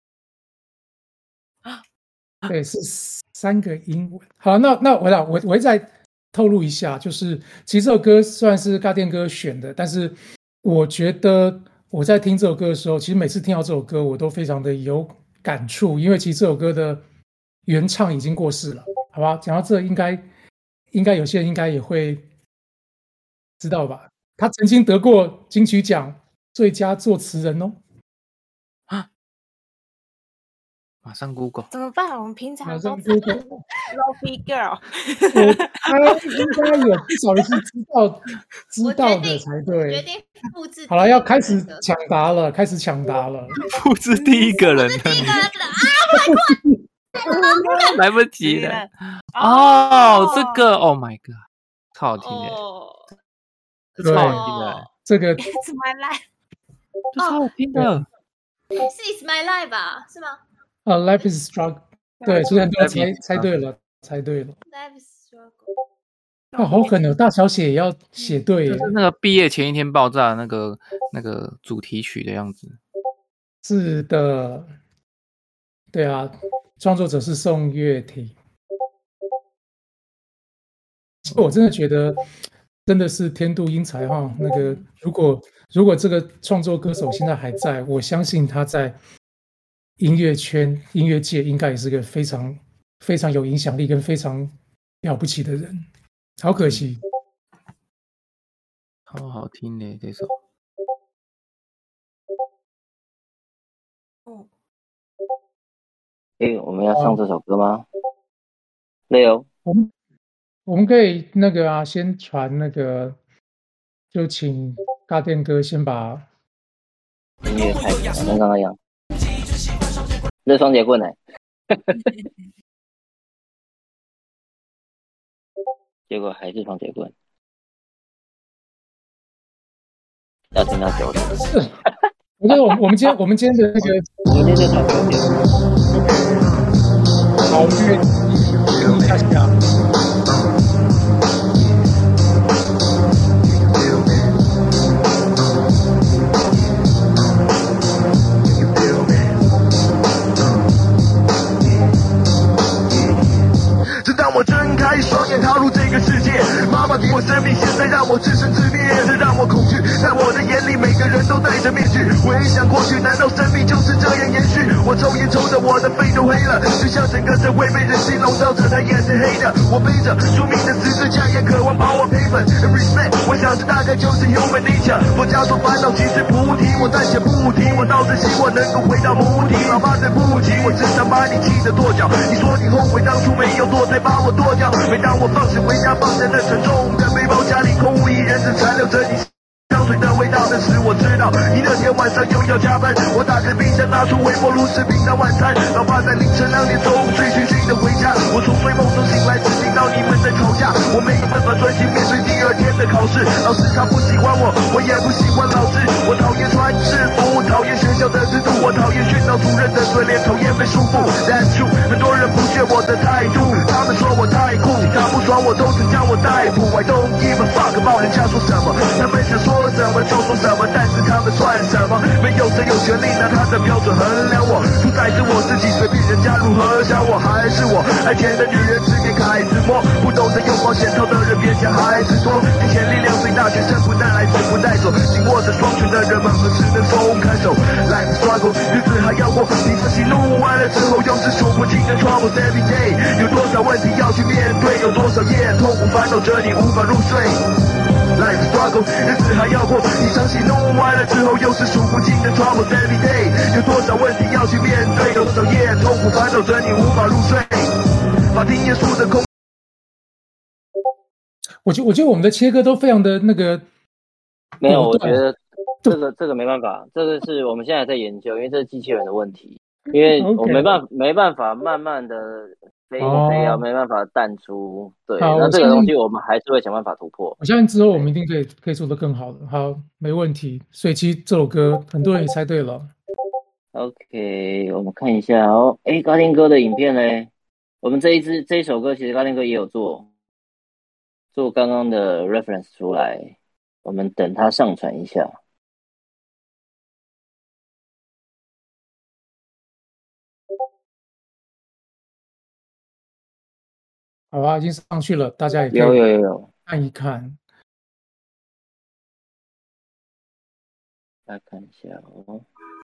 对，是三个英文。好，那那我来我我会再透露一下，就是其实这首歌虽然是尬电哥选的，但是我觉得我在听这首歌的时候，其实每次听到这首歌，我都非常的有感触，因为其实这首歌的原唱已经过世了，好吧？讲到这，应该应该有些人应该也会知道吧？他曾经得过金曲奖最佳作词人哦。 马上 Google。 怎么办？我们平常马都上 Google， low girl， 我猜应该有不少人是知道知道的我决定才对。 决定复制。 好了，要开始抢答了，开始抢答了。 复制第一个人的第一个人的啊， 来不及了。 哦哦，这个 Oh my God，超好听的， 哦这超好听的， 哦这个 ，It's my life， 这超好听的。 是 It's My Life 吧？是吗呃，Life is struggle，对，所以很多人 Life 猜 is 猜对了，猜对了。 ？Life is Struggle。 啊，好狠哦，大小写也要写对耶就是。那个毕业前一天爆炸的那个那个主题曲的样子。 是的，对啊，创作者是宋岳庭。其实我真的觉得，真的是天妒英才哈。那个，如果如果这个创作歌手现在还在，我相信他在音乐圈、音乐界应该也是个非常非常有影响力跟非常了不起的人。好可惜， 好好听的这首。 诶，我们要唱这首歌吗？Leo， 我们我们可以那个啊，先传那个，就请大电哥先把音乐开始，跟刚刚一样。这双节棍呢？结果还是双节棍，要听到九点。 我觉得我们我们今天我们今天的那个我们今天就唱九点。 好乐听一下下。 正当我睁开双眼踏入这个世界，妈妈给我生命，现在让我自生自灭，这让我恐惧。在我的眼里，每个人都戴着面具。回想过去，难道生命就是这样延续？我抽烟抽着我的肺都黑了，就像整个社会被人心笼罩着，它也是黑的。我背着宿命的十字架，也渴望把我赔本。Respect， 我想这大概就是 human nature。佛家说烦恼即是菩提，我暂且不提，我倒是希望能够回到母体。老爸对不起，我只想把你气得跺脚。你说你后悔当初没有做，才把我剁掉。每当我放学回家，放着那沉重的背包，家里空无一人，只残留着你香水的味道。那时我知道你那天晚上又要加班，我打开冰箱，拿出微波炉吃平常晚餐。老爸在凌晨两点钟醉醺醺的回家，我从睡梦中醒来，只听到你们在吵架。我没有办法专心面对第二天的考试，老师他不喜欢我，我也不喜欢老师。我讨厌穿制服，讨厌学校的制度，我讨厌训导主任的嘴脸，讨厌被束缚。That's true， 很多人不屑我的态度，他们说我太酷，他不爽我都曾将我逮捕。I don't give a fuck about 人家说什么，他们想说什么就说什么，但是他们算什么？没有谁有权利拿他的标准衡量我，主宰是我自己，随便人家如何想我还是我。爱钱的女人只给孩子摸，不懂得拥抱险套的人别嫌孩子多。金钱力量最大，全身不带来，嘴不带走，紧握着双拳的人们何时能松开手？ Life is struggle， 日子还要过，你这喜怒完了之后，又是数不尽的 troubles every day。有多少问题要去面对，有多少夜痛苦烦恼着你无法入睡。Life is struggle， 日子还要过，你伤心怒完了之后，又是数不尽的 troubles every day。有多少问题要去面对，有多少夜痛苦烦恼着你无法入睡。法庭严肃的空。 我觉我觉得我们的切割都非常的那个， 没有，我果断觉得这个这个没办法，这个是我们现在在研究，因为这是机器人的问题。 因为我 OK 没办法没办法慢慢的飞哦飞啊，没办法淡出。对， 好， 那我相信这个东西我们还是会想办法突破。 我相信之后我们一定可以可以做得更好的。好，没问题。水期这首歌很多人也猜对了。 OK，我们看一下哦。哎，高天哥的影片呢？我们这一支这一首歌其实高天哥也有做做刚刚的 reference 出来，我们等他上传一下。 好啊，已经上去了，大家也可有有以有有， 看一看。 来看一下哦。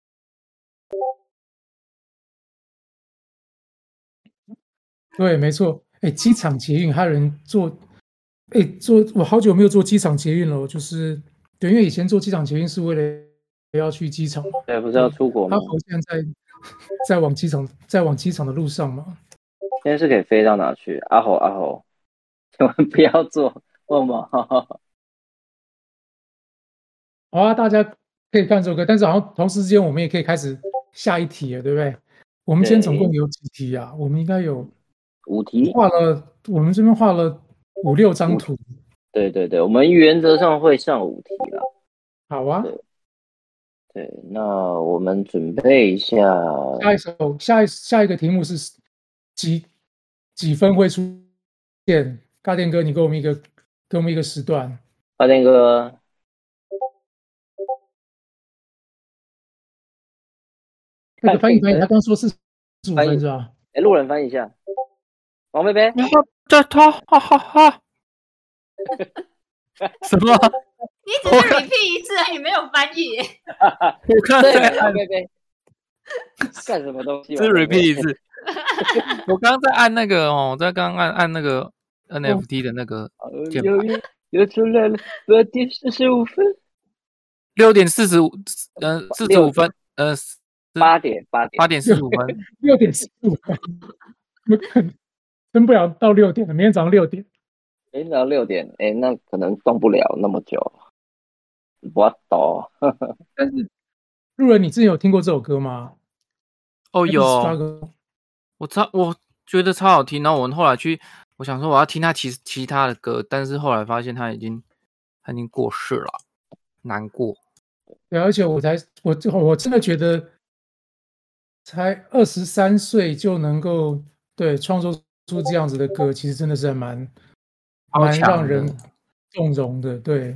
对，没错。哎，机场捷运还有人坐，哎，坐我好久没有坐机场捷运了。就是对，因为以前坐机场捷运是为了要去机场嘛。 对，不是要出国吗他？好像在在往机场在往机场的路上嘛。 现在是可以飞到哪去？阿吼阿吼，千万不要做梦梦。 好啊，大家可以看这首歌，但是好像同时之间我们也可以开始下一题了，对不对？我们今天总共有几题啊？我们应该有五题。 画了，我们这边画了五六张图。 对对对，我们原则上会上五题啦。 好啊。 对对，那我们准备一下。 下一首，下一下一个题目是几几分会出现？大电哥，你给我们一个给我们一个时段。 大电哥。 那个翻译翻译，他刚说是十五分是吧？ 哎，路人翻译一下。王贝贝。 这他哈哈哈。什么？ 你只是 repeat 一次而已，没有翻译。 我刚才按王贝贝干什么东西？ 是 repeat 一次。我刚刚在按那个哦，我在刚按按那个 N F T 的那个键盘。 又出来了，八点四十五分。 六点四十五，呃，四十五分，呃， 八点八点八点四十五分， 六点四十五分，我可能撑不了到六点了，明天早上六点。 明天早上六点，哎，那可能动不了那么久。我懂。 但是路人，你之前有听过这首歌吗？ 哦，有，我超我觉得超好听。然后我后来去，我想说我要听他其其他的歌，但是后来发现他已经他已经过世了，难过。 对，而且我才我我真的觉得，才二十三岁就能够对创作出这样子的歌，其实真的是还蛮蛮让人动容的。对，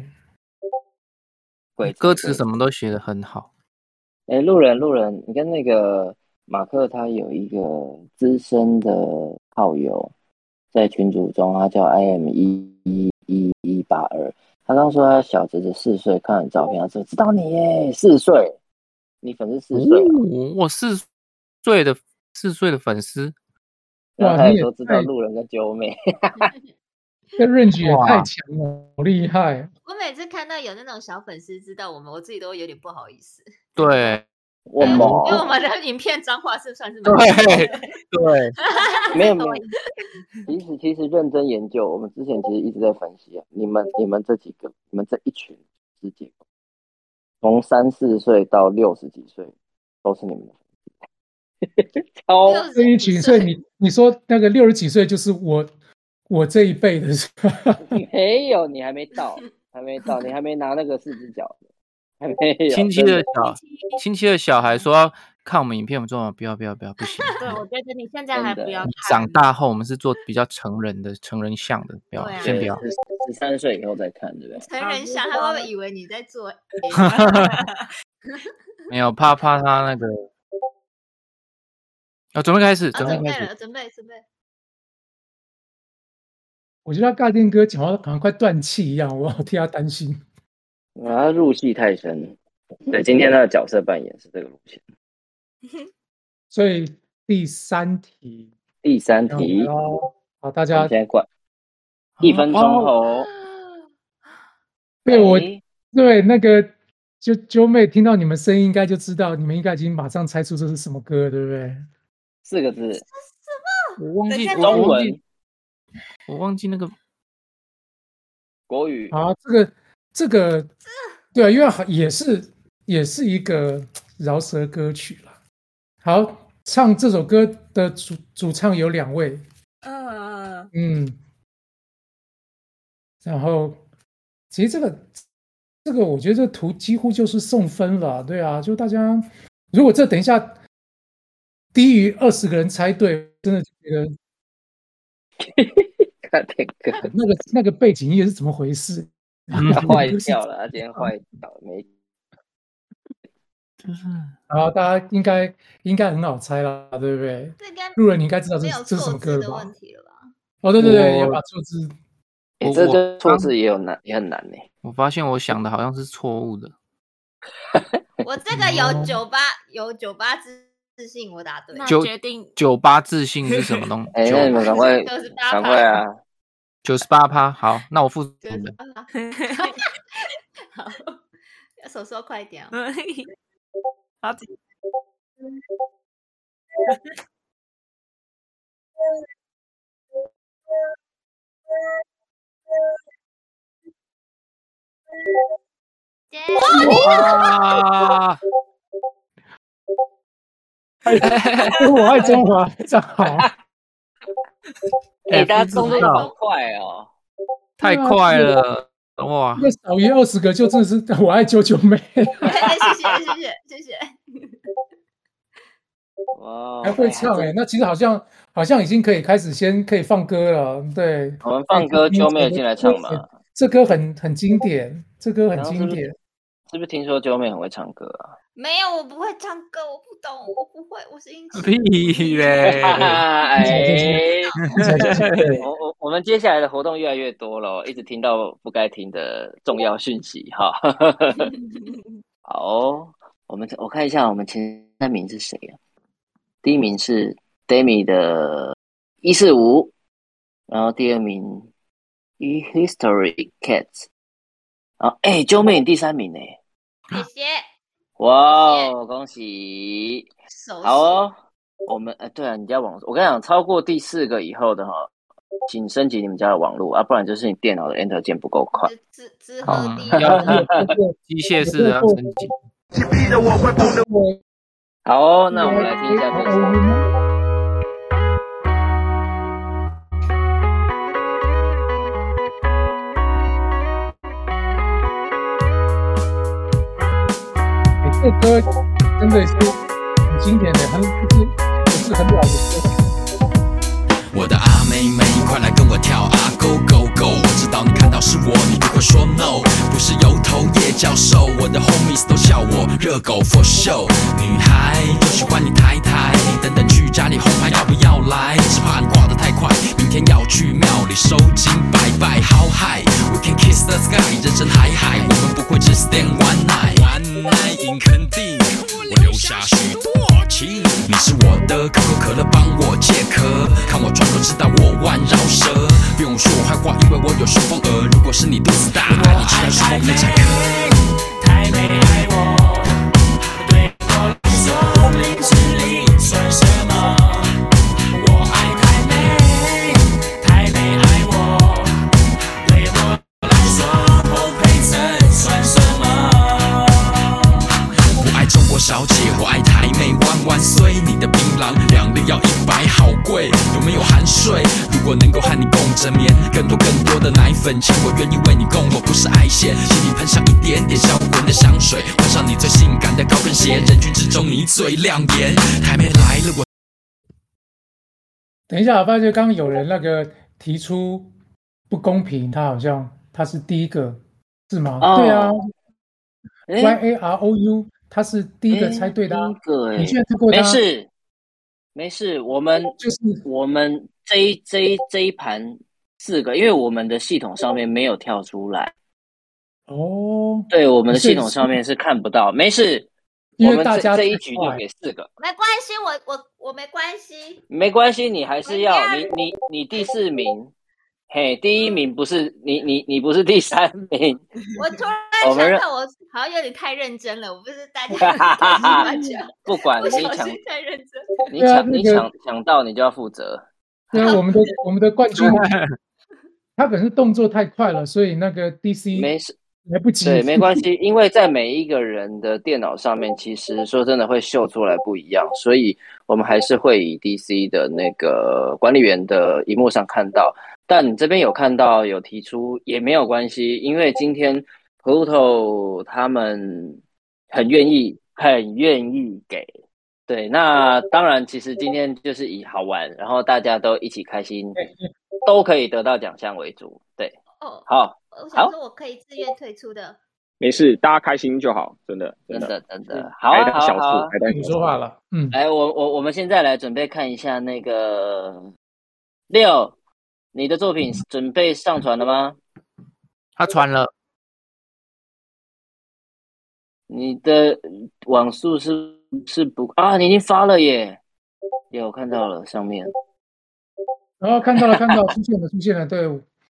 歌词什么都写得很好。 哎，路人路人，你跟那个马克他有一个资深的好友，在群组中，他叫 I M 一一一一八二。他刚说他小侄子四岁，看了照片，他说知道你耶，四岁，你粉丝四岁、 哦，我四岁的四岁的粉丝， 然后他还说知道路人跟九妹， 这 range 也太强了，好厉害！ 我每次看到有那种小粉丝知道我们，我自己都有点不好意思。 对， 我们因为我们的影片脏话是算是对对， 没有没有。其实其实认真研究，我们之前其实一直在分析啊，你们你们这几个，你们这一群世界，从三四岁到六十几岁，都是你们的粉丝。超这一群，所以你你说那个六十几岁就是我我这一辈的是吧？ 没有，你还没到，还没到，你还没拿那个四只脚。还没有。 亲戚的小亲戚的小孩说要看我们影片，我们说不要不要不要，不行。 对，我觉得你现在还不要看。 长大后我们是做比较成人的、成人像的，不要、 啊、 先不要。 十三岁以后再看，对不对？ 成人像，他会不会以为你在做？ 没有，怕怕他那个。啊、哦，准备开始， 准备开始， 了，准备准备。 我觉得大电哥讲话好像快断气一样，我好替他担心。 啊，入戏太深。对，今天他的角色扮演是这个路线。 所以第三题， 第三题， 好，大家现在关一分钟后。 对我对那个就啾妹听到你们声音，应该就知道你们应该已经马上猜出这是什么歌，对不对？ 四个字。 什么？ 我忘记中文， 我忘记那个国语。 啊，这个这个，对啊，因为也是也是一个饶舌歌曲了。好， 唱这首歌的主主唱有两位， 嗯， 嗯，然后其实这个这个我觉得这图几乎就是送分了，对啊，就大家如果这等一下低于二十个人猜对，真的觉得看点歌那个那个背景音乐是怎么回事？ 他坏掉了，他今天坏掉了，没。 就是然后大家应该应该很好猜啦，对不对？ 这应该路人你应该知道这没有这是什错么歌了吧字的问？题了吧？ 哦，对对对， 我要把错字。 哎、 我这个错刚字也有难，也很难呢。 我发现我想的好像是错误的。 我这个哦有九八有九八自自信，我答对。 那九决定九八自信是什么东西？ 哎、那你们赶快九十八赶快啊！ 九十八趴。好，那我负责九十你们。 八。好，要手说快一点哦。 好， 哇！ 我爱中华，正好。 哎、 哎大家不知道动作好快哦！ 太快了，哇！ 那少于二十个就真的是我爱九九妹， 谢谢谢谢谢谢。 哇， 还会唱哎、 哎那其实好像好像已经可以开始先可以放歌了，对。 我们放歌，九妹进来唱嘛。 这歌很很经典，这歌很然后是不是经典。 是不是听说九妹很会唱歌啊？ 没有，我不会唱歌，我不懂，我不会，我是音痴。 屁嘞！ 哎， 对我我我们接下来的活动越来越多了，一直听到不该听的重要讯息哈。好哦，我们我看一下我们前三名是谁啊？第一名是 Demi 的一四五，然后第二名 E History Cats， 啊，哎，九妹你第三名呢？ 谢谢。 哇哦，恭喜！ 手好哦，我们呃，对啊，你家网，我跟你讲，超过第四个以后的哈，请升级你们家的网络啊，不然就是你电脑的 Enter 键不够快。 只只喝嗯第一要个。 机械式的要升级。 好哦，那我们来听一下这首。 这歌真的是很经典的，很就是也是很老的歌。 我的阿妹妹，快来跟我跳啊 Go Go Go！ 我知道你看到是我，你不会说 No， 不是油头叶教授，我的 homies 都笑我热狗 for show。女孩就喜欢你抬抬，等等去家里红牌要不要来？只怕你挂得太快，明天要去庙里收金拜拜。How high we can kiss the sky， 人生海海，我们不会只 stand one night。One night in 肯定，我留下许多情。你是我的可口可乐，帮我解渴，看我转就知道我弯绕舌。不用说我坏话，因为我有顺风耳。如果是你肚子大，你吃了顺风非常可。太美爱我，对我来说零距离算什么？我爱太美，太美爱我，对我来说不配称算什么？我爱中国小姐，我爱台妹，万万岁！你的槟榔两粒要一百，好贵，有没有含税？如果能够和你共枕眠，更多更多的奶粉钱，我愿意为你供。我不是爱线，请你喷上一点点销魂的香水，换上你最性感的高跟鞋，人群之中你最亮眼。台妹来了，我等一下，我发现刚刚有人那个提出不公平，他好像他是第一个，是吗？ 哦对啊哎 ，Y A R O U， 他是第一个猜对的、啊第一个哎， 你居然猜过他？ 没事没事，我们就是我们这一这一这一盘四个，因为我们的系统上面没有跳出来， 哦， 对，我们的系统上面是看不到。没事， 因我们为大家这这一太快局就给四个， 没关系，我我我没关系。 没关系，你还是要没你你你第四名，嘿，第一名不是你你你不是第三名， 我突我们认然想到，我好像有点太认真了，我不是大家开心玩笑， 不管不你抢小心太认真。 你对啊那个抢你抢抢到你就要负责。 对啊，我们的我们的冠军，他可能是动作太快了，所以那个 D C 没事来不及。 对，没关系，因为在每一个人的电脑上面，其实说真的会秀出来不一样，所以我们还是会以 D C 的那个管理员的荧幕上看到。但你这边有看到有提出也没有关系，因为今天 Pluto 他们很愿意，很愿意给。对，那当然，其实今天就是以好玩，然后大家都一起开心，都可以得到奖项为主。对， 哦， 好， 我想说我可以自愿退出的。 没事，大家开心就好，真的， 真的的， 真的，好啊，好啊，好啊。 你说话了，嗯， 来，我我我们现在来准备看一下那个六，你的作品准备上传了吗？ 他传了。 你的网速是是不啊？你已经发了耶！有看到了上面。 然后看到了，看到出现了，出现了，对。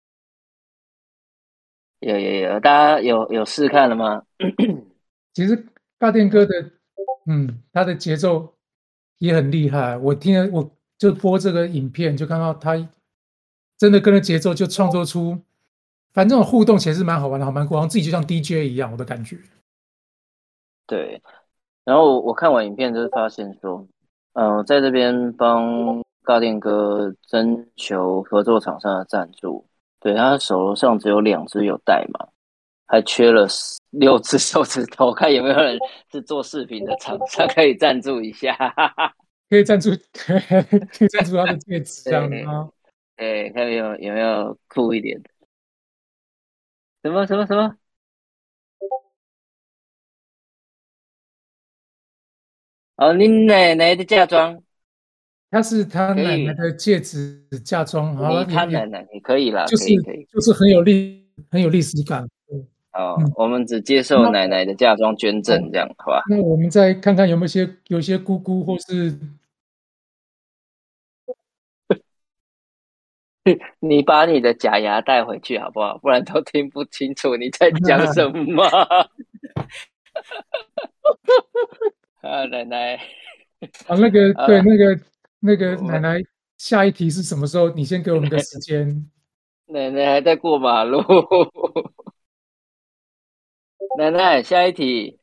有有有，大家有有试看了吗？ 其实大电哥的，嗯，他的节奏也很厉害。我听了，我就播这个影片，就看到他真的跟着节奏就创作出，反正这种互动其实是蛮好玩的，好蛮酷，好像自己就像 D J 一样，我的感觉。 对，然后我看完影片就是发现说，嗯、呃，在这边帮大电哥征求合作厂商的赞助，对，他手上只有两只有带嘛，还缺了六只手指头，看有没有人是做视频的厂商可以赞助一下， 可以赞助，可以赞助他的戒指这样子吗？ 对，看有没有有没有酷一点的？什么什么什么？哦，你奶奶的嫁妆， 他是他奶奶的戒指嫁妆，好了， 你他奶奶，你可以啦， 就是可以可以， 就是很有历很有历史感。 哦、嗯，我们只接受奶奶的嫁妆捐赠，这样好吧？ 那我们再看看有没有些有些姑姑或是。 你把你的假牙带回去好不好？不然都听不清楚你在讲什么。啊，奶奶。 啊，那个对，那个那个奶奶，下一题是什么时候？你先给我们个时间。 奶奶还在过马路。奶奶，下一题。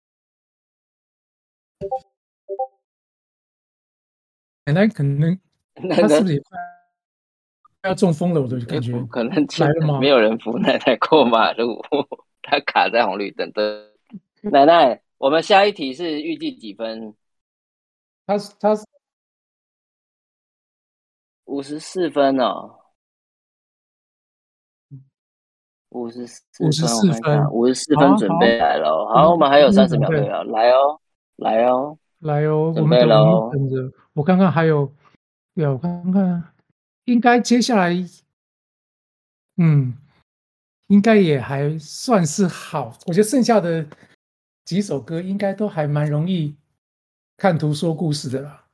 奶奶可能，她是不是也快要中风了？我的感觉。 可能来了吗？ 没有人扶奶奶过马路，她卡在红绿灯的。奶奶，我们下一题是预计几分？ 他是他是五十四分哦。五十四分， 五十四分， 五十四分准备来了。好，好我们还有三十秒可以聊，来哦，来哦， 来哦， 准备喽。 等着，我看看还有，对啊，我看看，应该接下来，嗯，应该也还算是好。我觉得剩下的几首歌应该都还蛮容易看图说故事的啦。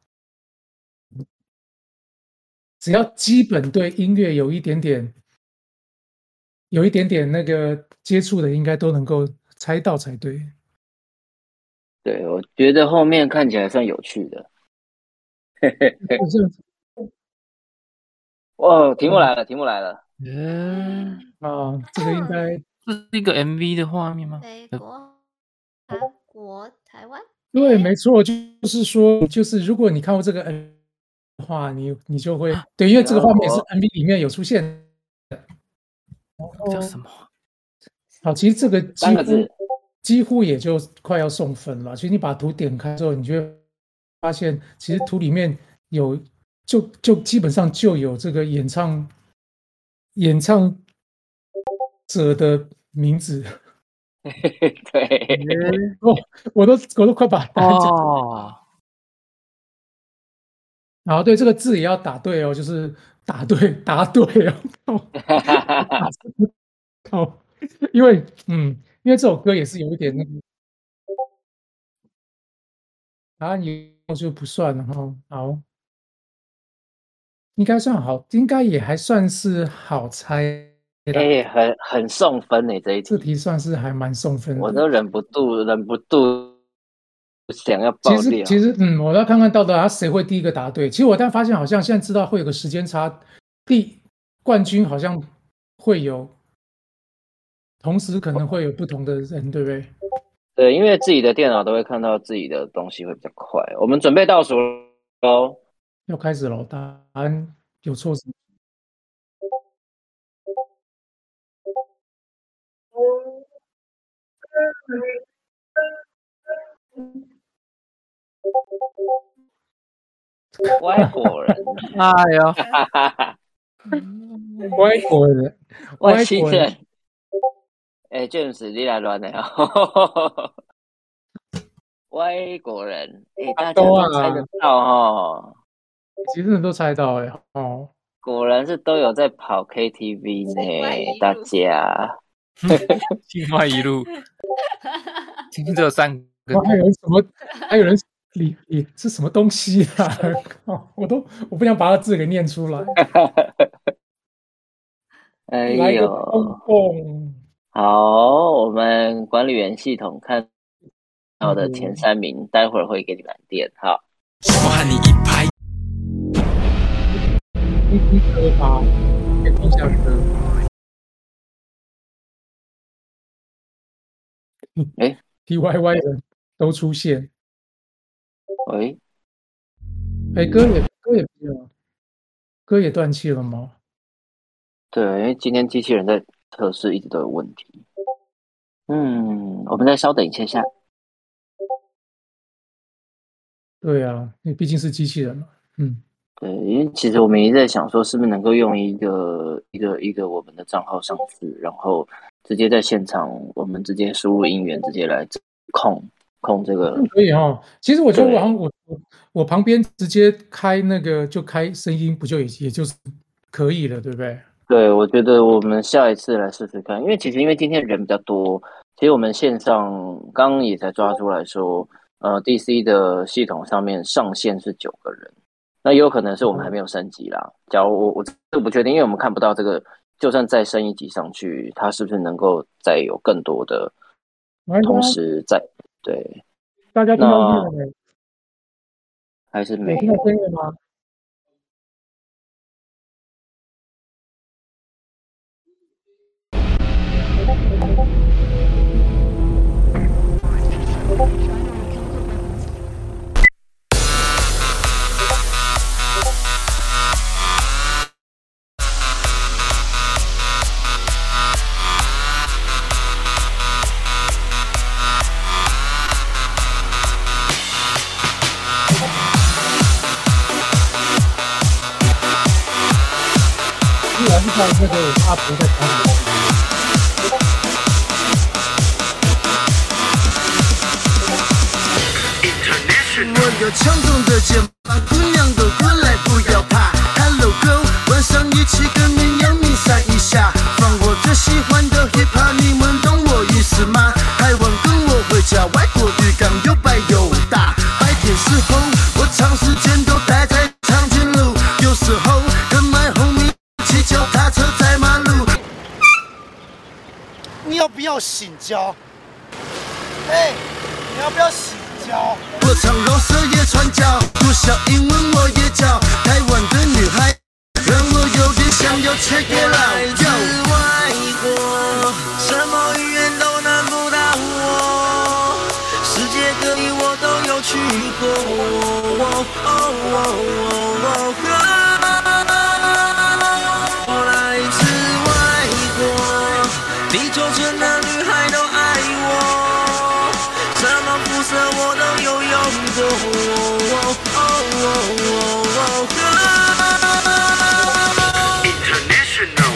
只要基本对音乐有一点点。有一点点那个接触的，应该都能够猜到才对。 对，我觉得后面看起来算有趣的。哦，题目来了，题目来了。 嗯， 啊，这个应该这是一个 M V 的画面吗？ 美国、韩国、台湾。 对，没错，就是说，就是如果你看过这个 M V 的话，你你就会对，因为这个画面是 M V 里面有出现的。 叫什么？ 好，其实这个几乎字几乎也就快要送分了。其实你把图点开之后，你就会发现，其实图里面有就就基本上就有这个演唱演唱者的名字。 对， 哦，我都我都快把它讲哦。 然后对这个字也要打对哦，就是打对答对哦。哦，因为嗯，因为这首歌也是有一点那个，答案以后就不算了哈。好，应该算好，应该也还算是好猜的。 哎、欸，很很送分呢这一题， 这题算是还蛮送分的。 我都忍不住忍不住想要爆料。 其实其实嗯，我要看看到底他谁会第一个答对。其实我但发现好像现在知道会有个时间差，第冠军好像会有。 同时可能会有不同的人，对不对？ 对，因为自己的电脑都会看到自己的东西会比较快。我们准备倒数喽， 要开始了，答案有错是？ 外国人， 哎呦， 哈哈哈， 外国人， 外星国人， 人。哎，James，你来乱的哦。外国人，哎，大家都都猜得啊， 到哦。 其实人都猜到哎，哦， 果然是都有在跑 K T V 呢，大家。 青花一路，听这三个， 哇还有人什么？还有人你你是什么东西啊？靠我都我不想把它字给念出来。 哎来个呦， 蹦蹦， 好，我们管理员系统看到的前嗯三名，待会儿会给你来电哈。 我和你一拍。 听听歌吧，可以听一下歌。 哎 ，T Y Y 人都出现， 喂， 哎，歌也歌也不要，歌也断气了吗？ 对，因为今天机器人在测试一直都有问题。嗯，我们再稍等一下下。 对啊，因为毕竟是机器人嘛。嗯， 对，因为其实我们一直在想说，是不是能够用一个一个一个我们的账号上去，然后直接在现场，我们直接输入音源，直接来控控这个。 可以哦。其实我觉得对我好像我我我旁边直接开那个就开声音，不就也也就是可以了，对不对？ 对，我觉得我们下一次来试试看，因为其实因为今天人比较多，其实我们线上刚刚也才抓出来说，呃，D C 的系统上面上限是九个人，那也有可能是我们还没有升级啦。假如我我这个不确定，因为我们看不到这个，就算再升一级上去，它是不是能够再有更多的同时在对？ 大家听到音那乐没？ 还是没有听到声音了吗？依然是在这个阿婆在唱的。 我有强壮的肩膀，姑娘都过来不要怕。Hello girl，晚上一起跟绵羊比赛一下，放我最喜欢的 hip hop， 你们懂我意思吗？台湾跟我回家，外国浴缸又白又大。白天时候我长时间都待在长颈鹿，有时候跟 my homie 骑脚踏车在马路。你要不要醒觉？哎，你要不要醒？我唱饶舌也传教，不小英文我也教。台湾的女孩让我有点想要 check it out。来自外国，什么语言都难不倒我，世界各地我都有去过。我来自外国，地球村的女孩都爱我。什么肤色我都有用过。International。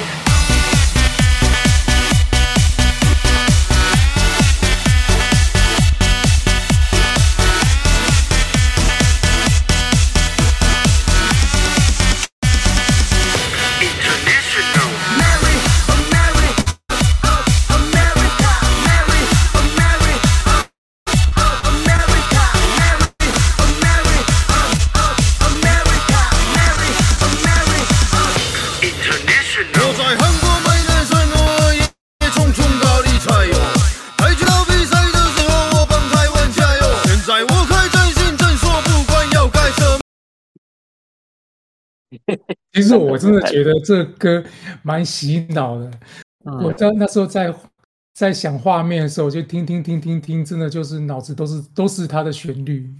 其实我真的觉得这歌蛮洗脑的。我在那时候在在想画面的时候，就听听听听听，真的就是脑子都是都是它的旋律。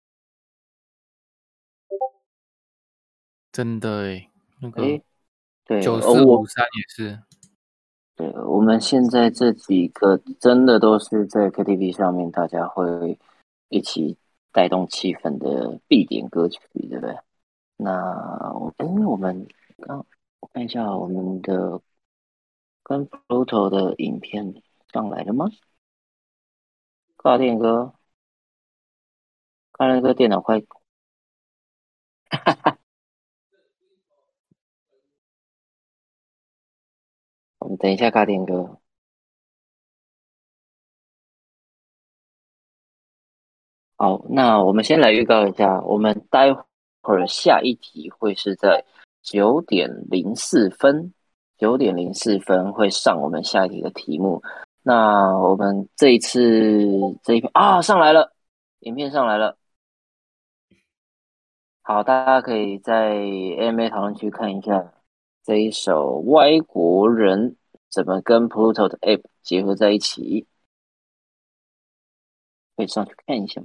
真的诶，那个诶，对， 九呃我四五三也是。 对，我们现在这几个真的都是在 K T V 上面，大家会一起带动气氛的必点歌曲，对不对？那我哎，我们刚我看一下我们的跟 Pluto 的影片上来了吗？尬电哥，尬电哥电脑快，我们等一下尬电哥。好，那我们先来预告一下，我们待会儿下一题会是在九点零四分，九点零四分会上我们下一题的题目。那我们这一次这一篇啊上来了，影片上来了。好，大家可以在 A M A 讨论区看一下这一首《外国人》怎么跟 Pluto 的 App 结合在一起，可以上去看一下。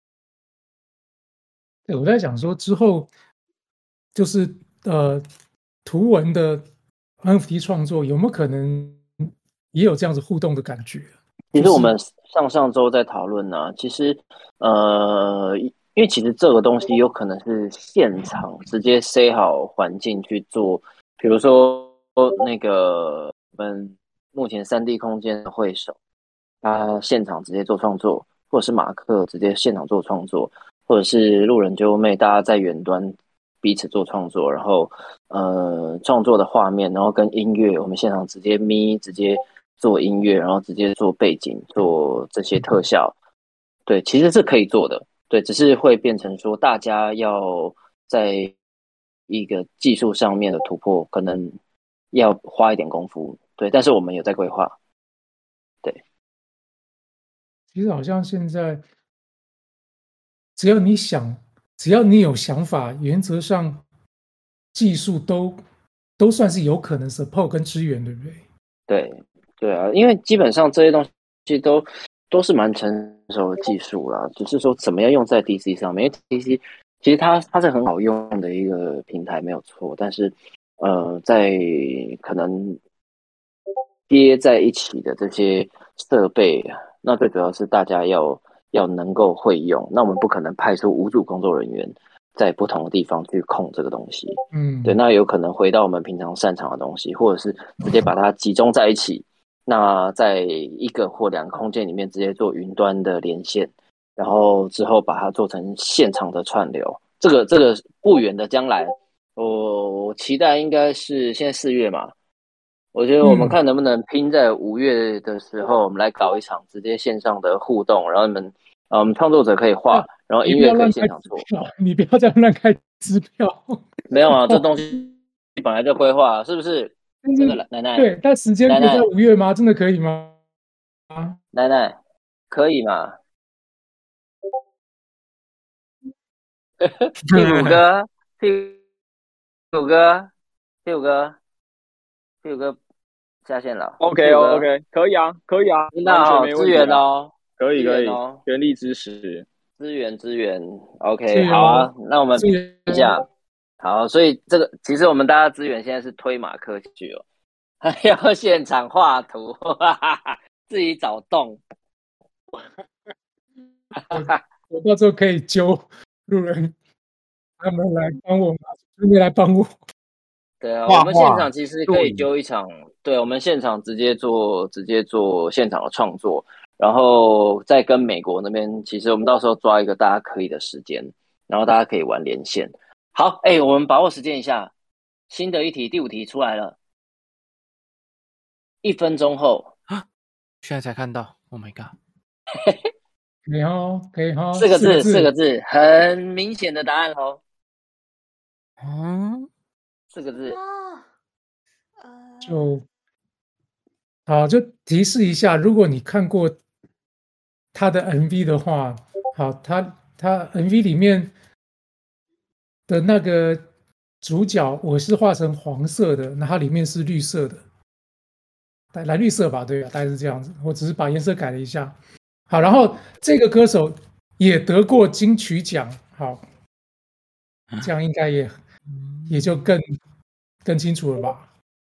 对，我在想说之后就是呃图文的 N F T 创作有没有可能也有这样子互动的感觉？ 其实我们上上周在讨论呢，其实呃，因为其实这个东西有可能是现场直接塞好环境去做，比如说那个我们目前三 D 空间的会手，他现场直接做创作，或者是马克直接现场做创作，或者是路人揪妹，大家在远端彼此做创作，然后呃创作的画面，然后跟音乐，我们现场直接咪直接做音乐，然后直接做背景，做这些特效，对，其实是可以做的，对，只是会变成说大家要在一个技术上面的突破，可能要花一点功夫，对，但是我们有在规划，对。 其实好像现在，只要你想，只要你有想法，原则上技术都都算是有可能 support 跟支援，对不对？ 对对啊，因为基本上这些东西都都是蛮成熟的技术啦，只是说怎么样用在 D C 上面。因为 D C 其实它它是很好用的一个平台，没有错。但是呃，在可能接在一起的这些设备，那最主要是大家要要能够会用。那我们不可能派出五组工作人员在不同的地方去控这个东西。 嗯， 对，那有可能回到我们平常擅长的东西，或者是直接把它集中在一起。那在一个或两个空间里面直接做云端的连线，然后之后把它做成现场的串流。这个这个不远的将来，我我期待应该是现在四月嘛，我觉得我们看能不能拼在五月的时候，我们来搞一场直接线上的互动，然后你们啊，我们创作者可以画，然后音乐可以现场做。 你不要再乱开支票。 没有啊，这东西本来就规划，是不是？这个奶奶， 对，但时间可以在五月吗？真的可以吗？啊， 奶奶，可以吗？屁股哥，屁股哥，屁股哥，屁股哥下线了。 OK OK， 可以啊，可以啊，完全没问题、啊。 支援哦， 可以可以哦， 全力支持， 支援支援。OK， 好啊，那我们一下。好，所以这个其实我们大家资源现在是推马克去哦，还要现场画图，哈哈哈，自己找洞。 我到时候可以揪路人他们来帮我，顺便来帮我。 对啊，我们现场其实可以揪一场，对，我们现场直接做直接做现场的创作，然后再跟美国那边，其实我们到时候抓一个大家可以的时间，然后大家可以玩连线。好，哎，我们把握时间一下，新的一题，第五题出来了，一分钟后啊，现在才看到 ，Oh my god！ 可以哦，可以哦， 四个字，四个字，很明显的答案哦。 嗯， 四个字， 就好，就提示一下，如果你看过他的 M V 的话，好，他他 M V 里面的那个主角，我是画成黄色的，那它里面是绿色的。 蓝绿色吧，对啊，大概是这样子。我只是把颜色改了一下。好，然后这个歌手也得过金曲奖，好，这样应该也也就更更清楚了吧。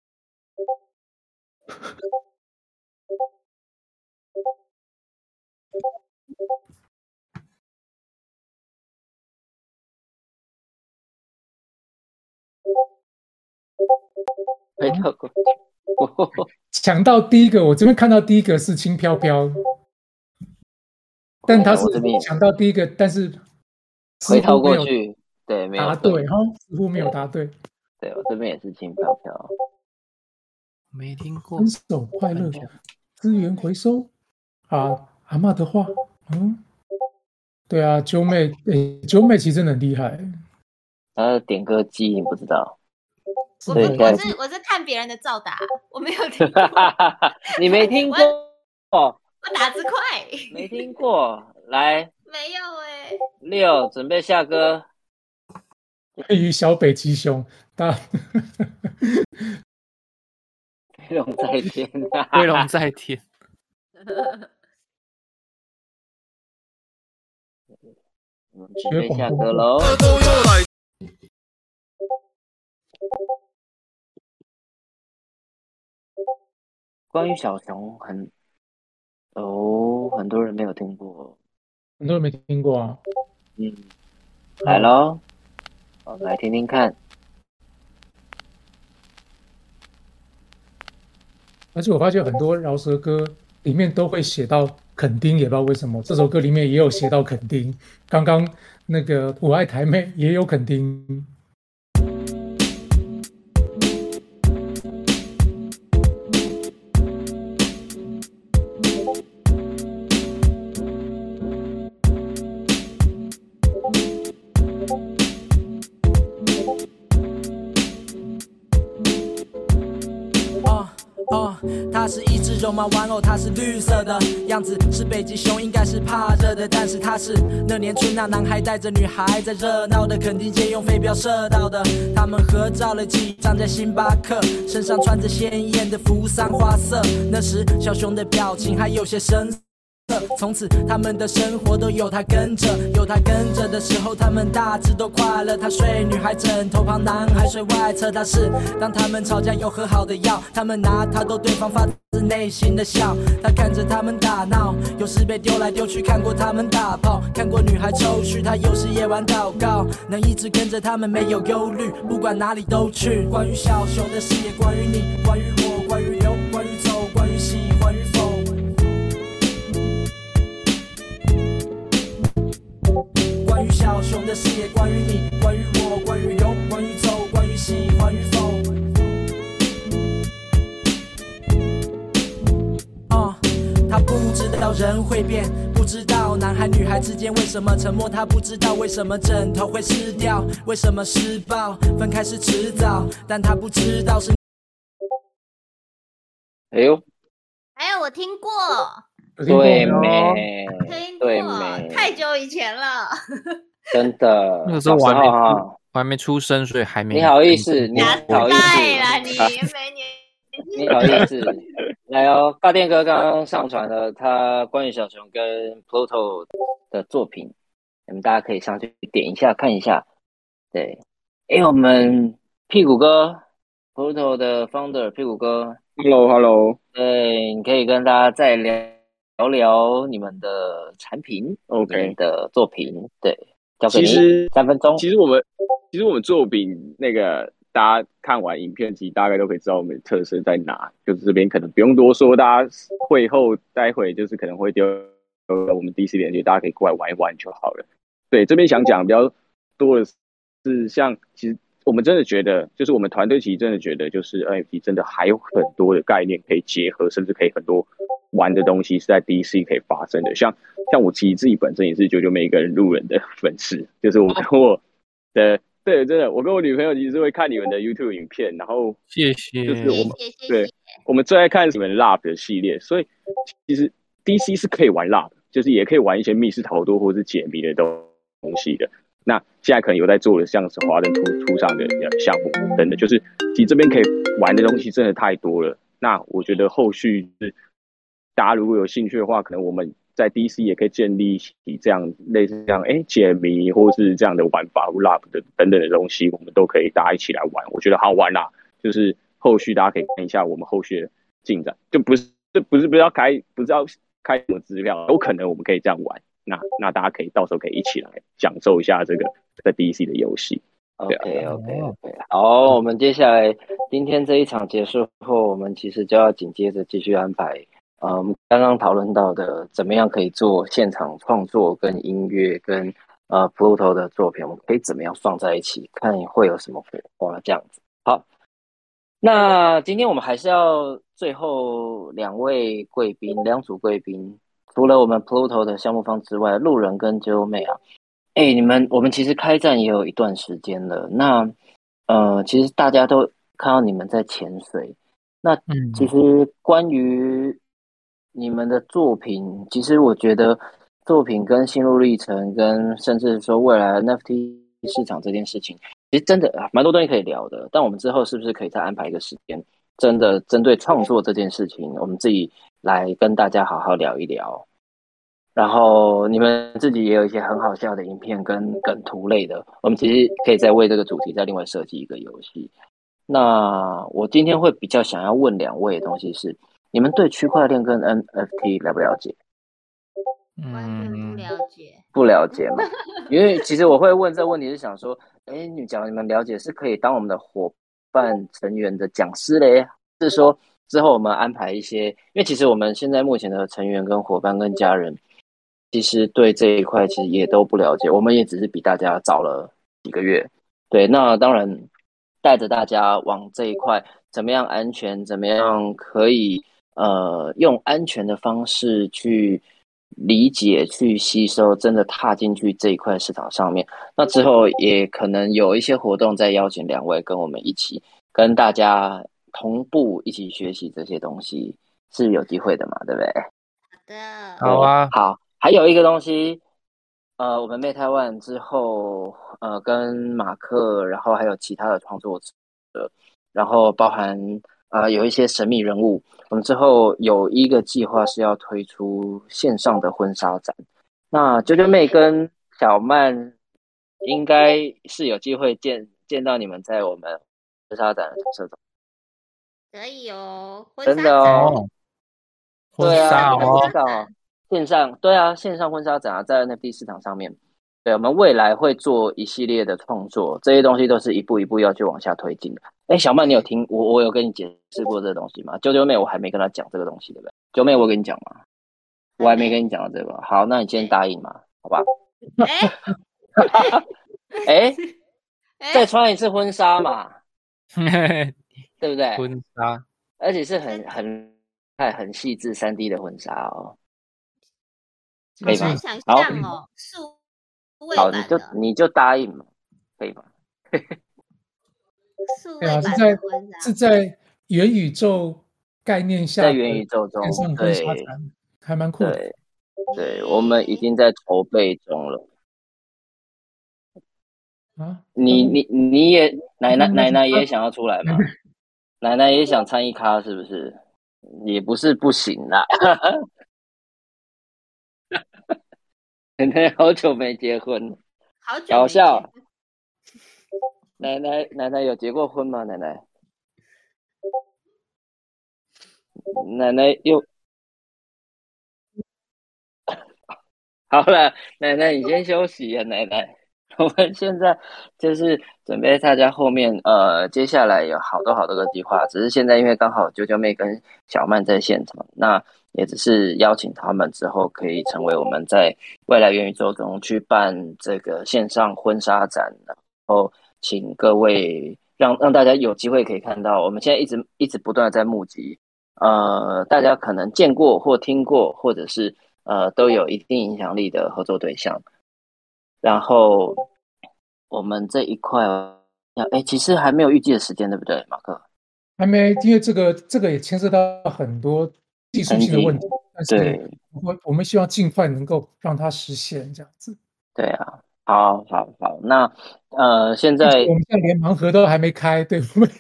回到过， 抢到第一个，我这边看到第一个是轻飘飘，但他是抢到第一个，但是回头过去，对，没有答对哈，似乎没有答对。 对，我这边也是轻飘飘， 没听过。 分手快乐，资源回收啊，阿嬷的话，嗯，对啊，九妹，诶，九妹其实真的很厉害。 她的点歌机你不知道？ 我不，我是我是看别人的照打，我没有听过。 你没听过？ 我打字快。 没听过，来。 没有哎、欸。 六，准备下歌。 对于小北极熊，大飞龙在天， 飞龙在天。 我们准备下歌喽。关于小熊很哦，很多人没有听过， 很多人没听过啊。 嗯，来喽，我们来听听看。 而且我发现很多饶舌歌里面都会写到垦丁，也不知道为什么。这首歌里面也有写到垦丁。刚刚那个我爱台妹也有垦丁。 它是一只绒毛玩偶，它是绿色的样子，是北极熊，应该是怕热的。但是它是那年春，那男孩带着女孩在热闹的垦丁街用飞镖射到的。他们合照了几张在星巴克，身上穿着鲜艳的扶桑花色。那时小熊的表情还有些深色。从此他们的生活都有他跟着，有他跟着的时候，他们大致都快乐。他睡女孩枕头旁，男孩睡外侧。他是当他们吵架有和好的药，他们拿他逗对方发自内心的笑。他看着他们打闹，有时被丢来丢去，看过他们打炮，看过女孩抽搐。他有时夜晚祷告，能一直跟着他们，没有忧虑，不管哪里都去。关于小熊的事业，关于你，关于我，关于留，关于走，关于喜欢与否。关于小熊的事业，关于你，关于我，关于留，关于走，关于喜欢与否。哦，他不知道人会变，不知道男孩女孩之间为什么沉默，他不知道为什么枕头会湿掉，为什么施暴，分开是迟早，但他不知道是。 哎呦， 哎呦，我听过。 对没？ 对过，太久以前了。 真的， 那个时候我还没出，我还没出生，所以还没。 你好意思，你好意思啦，你没年你好意思，来哦，大电哥刚刚上传了他关于小熊跟 Pluto 的作品，你们大家可以上去点一下看一下。对，哎，我们屁股哥 Pluto 的 founder 屁股哥 ，Hello Hello， 对，你可以跟大家再聊。聊聊你们的产品 ，OK， 你们的作品，对，交给你三分钟。 其实我们，其实我们作品那个，大家看完影片，其实大概都可以知道我们的特色在哪。就是这边可能不用多说，大家会后待会就是可能会丢我们 D C 连接，大家可以过来玩一玩就好了。对，这边想讲比较多的是，像其实我们真的觉得，就是我们团队其实真的觉得，就是 N F T 真的还有很多的概念可以结合，甚至可以很多。玩的东西是在 D C 可以发生的，像像我其实自己本身也是九九每一个人路人的粉丝，就是我跟我的对，真的，我跟我女朋友其实会看你们的 YouTube 影片，然后谢谢， 就是我们对，我们最爱看你们 Lab 的系列，所以其实 D C 是可以玩 Lab， 就是也可以玩一些密室逃脱或是解谜的东西的。那现在可能有在做的，像是华灯初初上的项目等等，就是其实这边可以玩的东西真的太多了。 那我觉得后续是大家如果有兴趣的话，可能我们在 D C 也可以建立起这样类似这样哎解谜或是这样的玩法 ，lab 的等等的东西，我们都可以大家一起来玩，我觉得好玩啦。就是后续大家可以看一下我们后续的进展，就不是就不是不是要开不是要开什么资料，有可能我们可以这样玩。那那大家可以到时候可以一起来享受一下这个在 D C 的游戏。 OK OK OK， 好，我们接下来今天这一场结束后，我们其实就要紧接着继续安排，呃，我们刚刚讨论到的怎么样可以做现场创作跟音乐跟呃 Pluto 的作品，我们可以怎么样放在一起，看会有什么火花这样子。好，那今天我们还是要最后两位贵宾，两组贵宾，除了我们 Pluto 的项目方之外，路人跟啾妹啊。哎、欸，你们我们其实开战也有一段时间了。那呃，其实大家都看到你们在潜水。那其实关于你们的作品，其实我觉得作品跟心路历程，跟甚至说未来 N F T 市场这件事情，其实真的蛮多东西可以聊的。但我们之后是不是可以再安排一个时间，真的针对创作这件事情，我们自己来跟大家好好聊一聊。然后你们自己也有一些很好笑的影片跟梗图类的，我们其实可以再为这个主题再另外设计一个游戏。那我今天会比较想要问两位的东西是，你们对区块链跟 N F T 了不了解？ 完全不了解， 不了解嘛？因为其实我会问这个问题是想说，哎，你讲你们了解是可以当我们的伙伴成员的讲师嘞，是说之后我们安排一些，因为其实我们现在目前的成员跟伙伴跟家人。其实对这一块其实也都不了解，我们也只是比大家早了几个月。对，那当然带着大家往这一块怎么样安全，怎么样可以呃用安全的方式去理解、去吸收，真的踏进去这一块市场上面。那之后也可能有一些活动再邀请两位跟我们一起，跟大家同步一起学习这些东西，是有机会的嘛，对不对？ 好的， 好啊， 好。还有一个东西，呃，我们 Meta One 之后，呃，跟马克，然后还有其他的创作者，然后包含啊、呃、有一些神秘人物，我们之后有一个计划是要推出线上的婚纱展。那啾啾妹跟小曼应该是有机会见见到你们在我们婚纱展的投射中。 可以哦， 真的哦， 婚对啊， 哦， 知道哦。线上对啊，线上婚纱展啊，在 N F T 市场上面，对我们未来会做一系列的创作，这些东西都是一步一步要去往下推进的。哎，小曼，你有听我我有跟你解释过这个东西吗？啾啾妹我还没跟她讲这个东西，对不对？啾妹我跟你讲吗？我还没跟你讲到这个。好，那你先答应嘛，好吧？哎，哎，再穿一次婚纱嘛，对不对？ 婚纱， 而且是很很很细致三 D 的婚纱哦。可以吗？ 想象哦，数位好， 版你就你就答应嘛，可以吗？ 数对啊， 位版是在的婚纱是在元宇宙概念下， 在元宇宙中， 线上婚纱展还蛮酷的。 对，对，我们已经在筹备中了。 啊， 你你你也奶奶奶奶也想要出来吗？奶奶也想参与咖，是不是？也不是不行啦。奶奶好久没结婚， 好久搞笑。奶奶奶奶有结过婚吗？奶奶，奶奶又好了，奶奶你先休息啊，奶奶。我们现在就是准备大家后面呃，接下来有好多好多个计划，只是现在因为刚好啾啾妹跟小曼在现场，那也只是邀请他们之后可以成为我们在未来元宇宙中去办这个线上婚纱展，然后请各位让让大家有机会可以看到，我们现在一直一直不断的在募集，呃，大家可能见过或听过，或者是呃都有一定影响力的合作对象。然后我们这一块，哎，其实还没有预计的时间，对不对，马克？ 还没，因为这个这个也牵涉到很多技术性的问题，但是我我们希望尽快能够让它实现这样子。 对啊，好，好，好，那呃，现在我们现在连盲盒都还没开，对，我们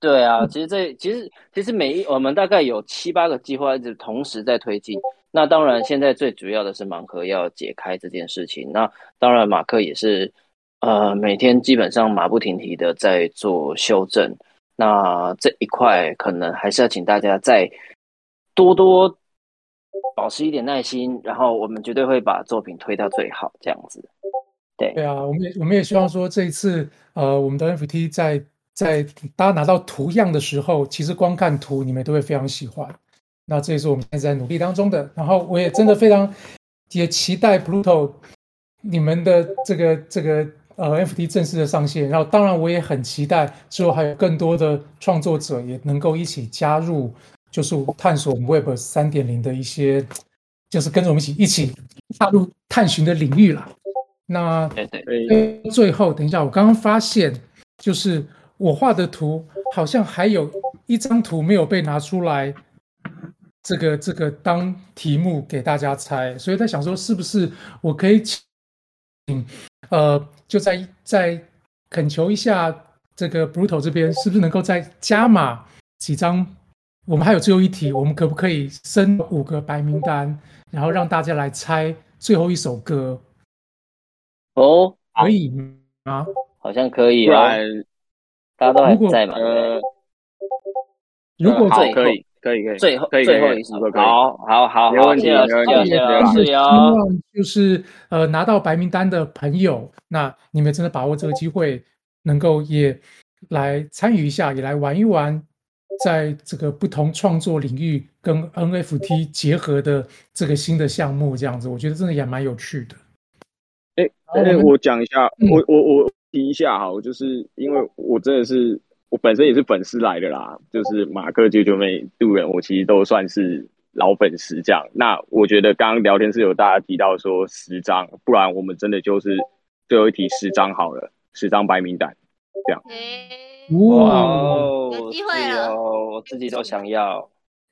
对啊，其实这其实其实每一我们大概有七八个计划一直同时在推进。那当然，现在最主要的是盲盒要解开这件事情。那当然，马克也是呃每天基本上马不停蹄的在做修正。那这一块可能还是要请大家再多多保持一点耐心，然后我们绝对会把作品推到最好，这样子。对对啊，我们也我们也希望说这一次呃我们的 N F T 在在大家拿到图样的时候，其实光看图你们都会非常喜欢。那这也是我们现在在努力当中的。然后我也真的非常也期待 Pluto 你们的这个这个呃 N F T 正式的上线。然后当然我也很期待之后还有更多的创作者也能够一起加入，就是探索我们 Web 三点零 的一些，就是跟着我们一起一起踏入探寻的领域啦。那对对， 最后等一下，我刚刚发现就是我画的图好像还有一张图没有被拿出来，这个这个当题目给大家猜，所以在想说是不是我可以请呃就在在恳求一下这个 Bruto 这边，是不是能够再加码几张？我们还有最后一题，我们可不可以升五个白名单，然后让大家来猜最后一首歌？ 哦， 可以吗？ 好像可以哦， 不然大家都还在嘛？ 呃， 如果好， 最后可以，可以，可以， 最后可以， 最后一首， 可以， 好，好，好，好， 没问题， 谢了， 没问题， 谢了，谢了， 没问题。 是哟。 希望就是呃拿到白名单的朋友，那你们真的把握这个机会，能够也来参与一下，也来玩一玩，在这个不同创作领域跟 N F T 结合的这个新的项目，这样子，我觉得真的也蛮有趣的。 哎哎，我讲一下，我我我提一下哈，就是因为我真的是我本身也是粉丝来的啦，就是马克、啾啾妹、杜人，我其实都算是老粉丝这样。那我觉得刚刚聊天是有大家提到说十张，不然我们真的就是最后一题十张好了，十张白名单这样。 哇哦， 哦， 有机会了， 我自己都想要，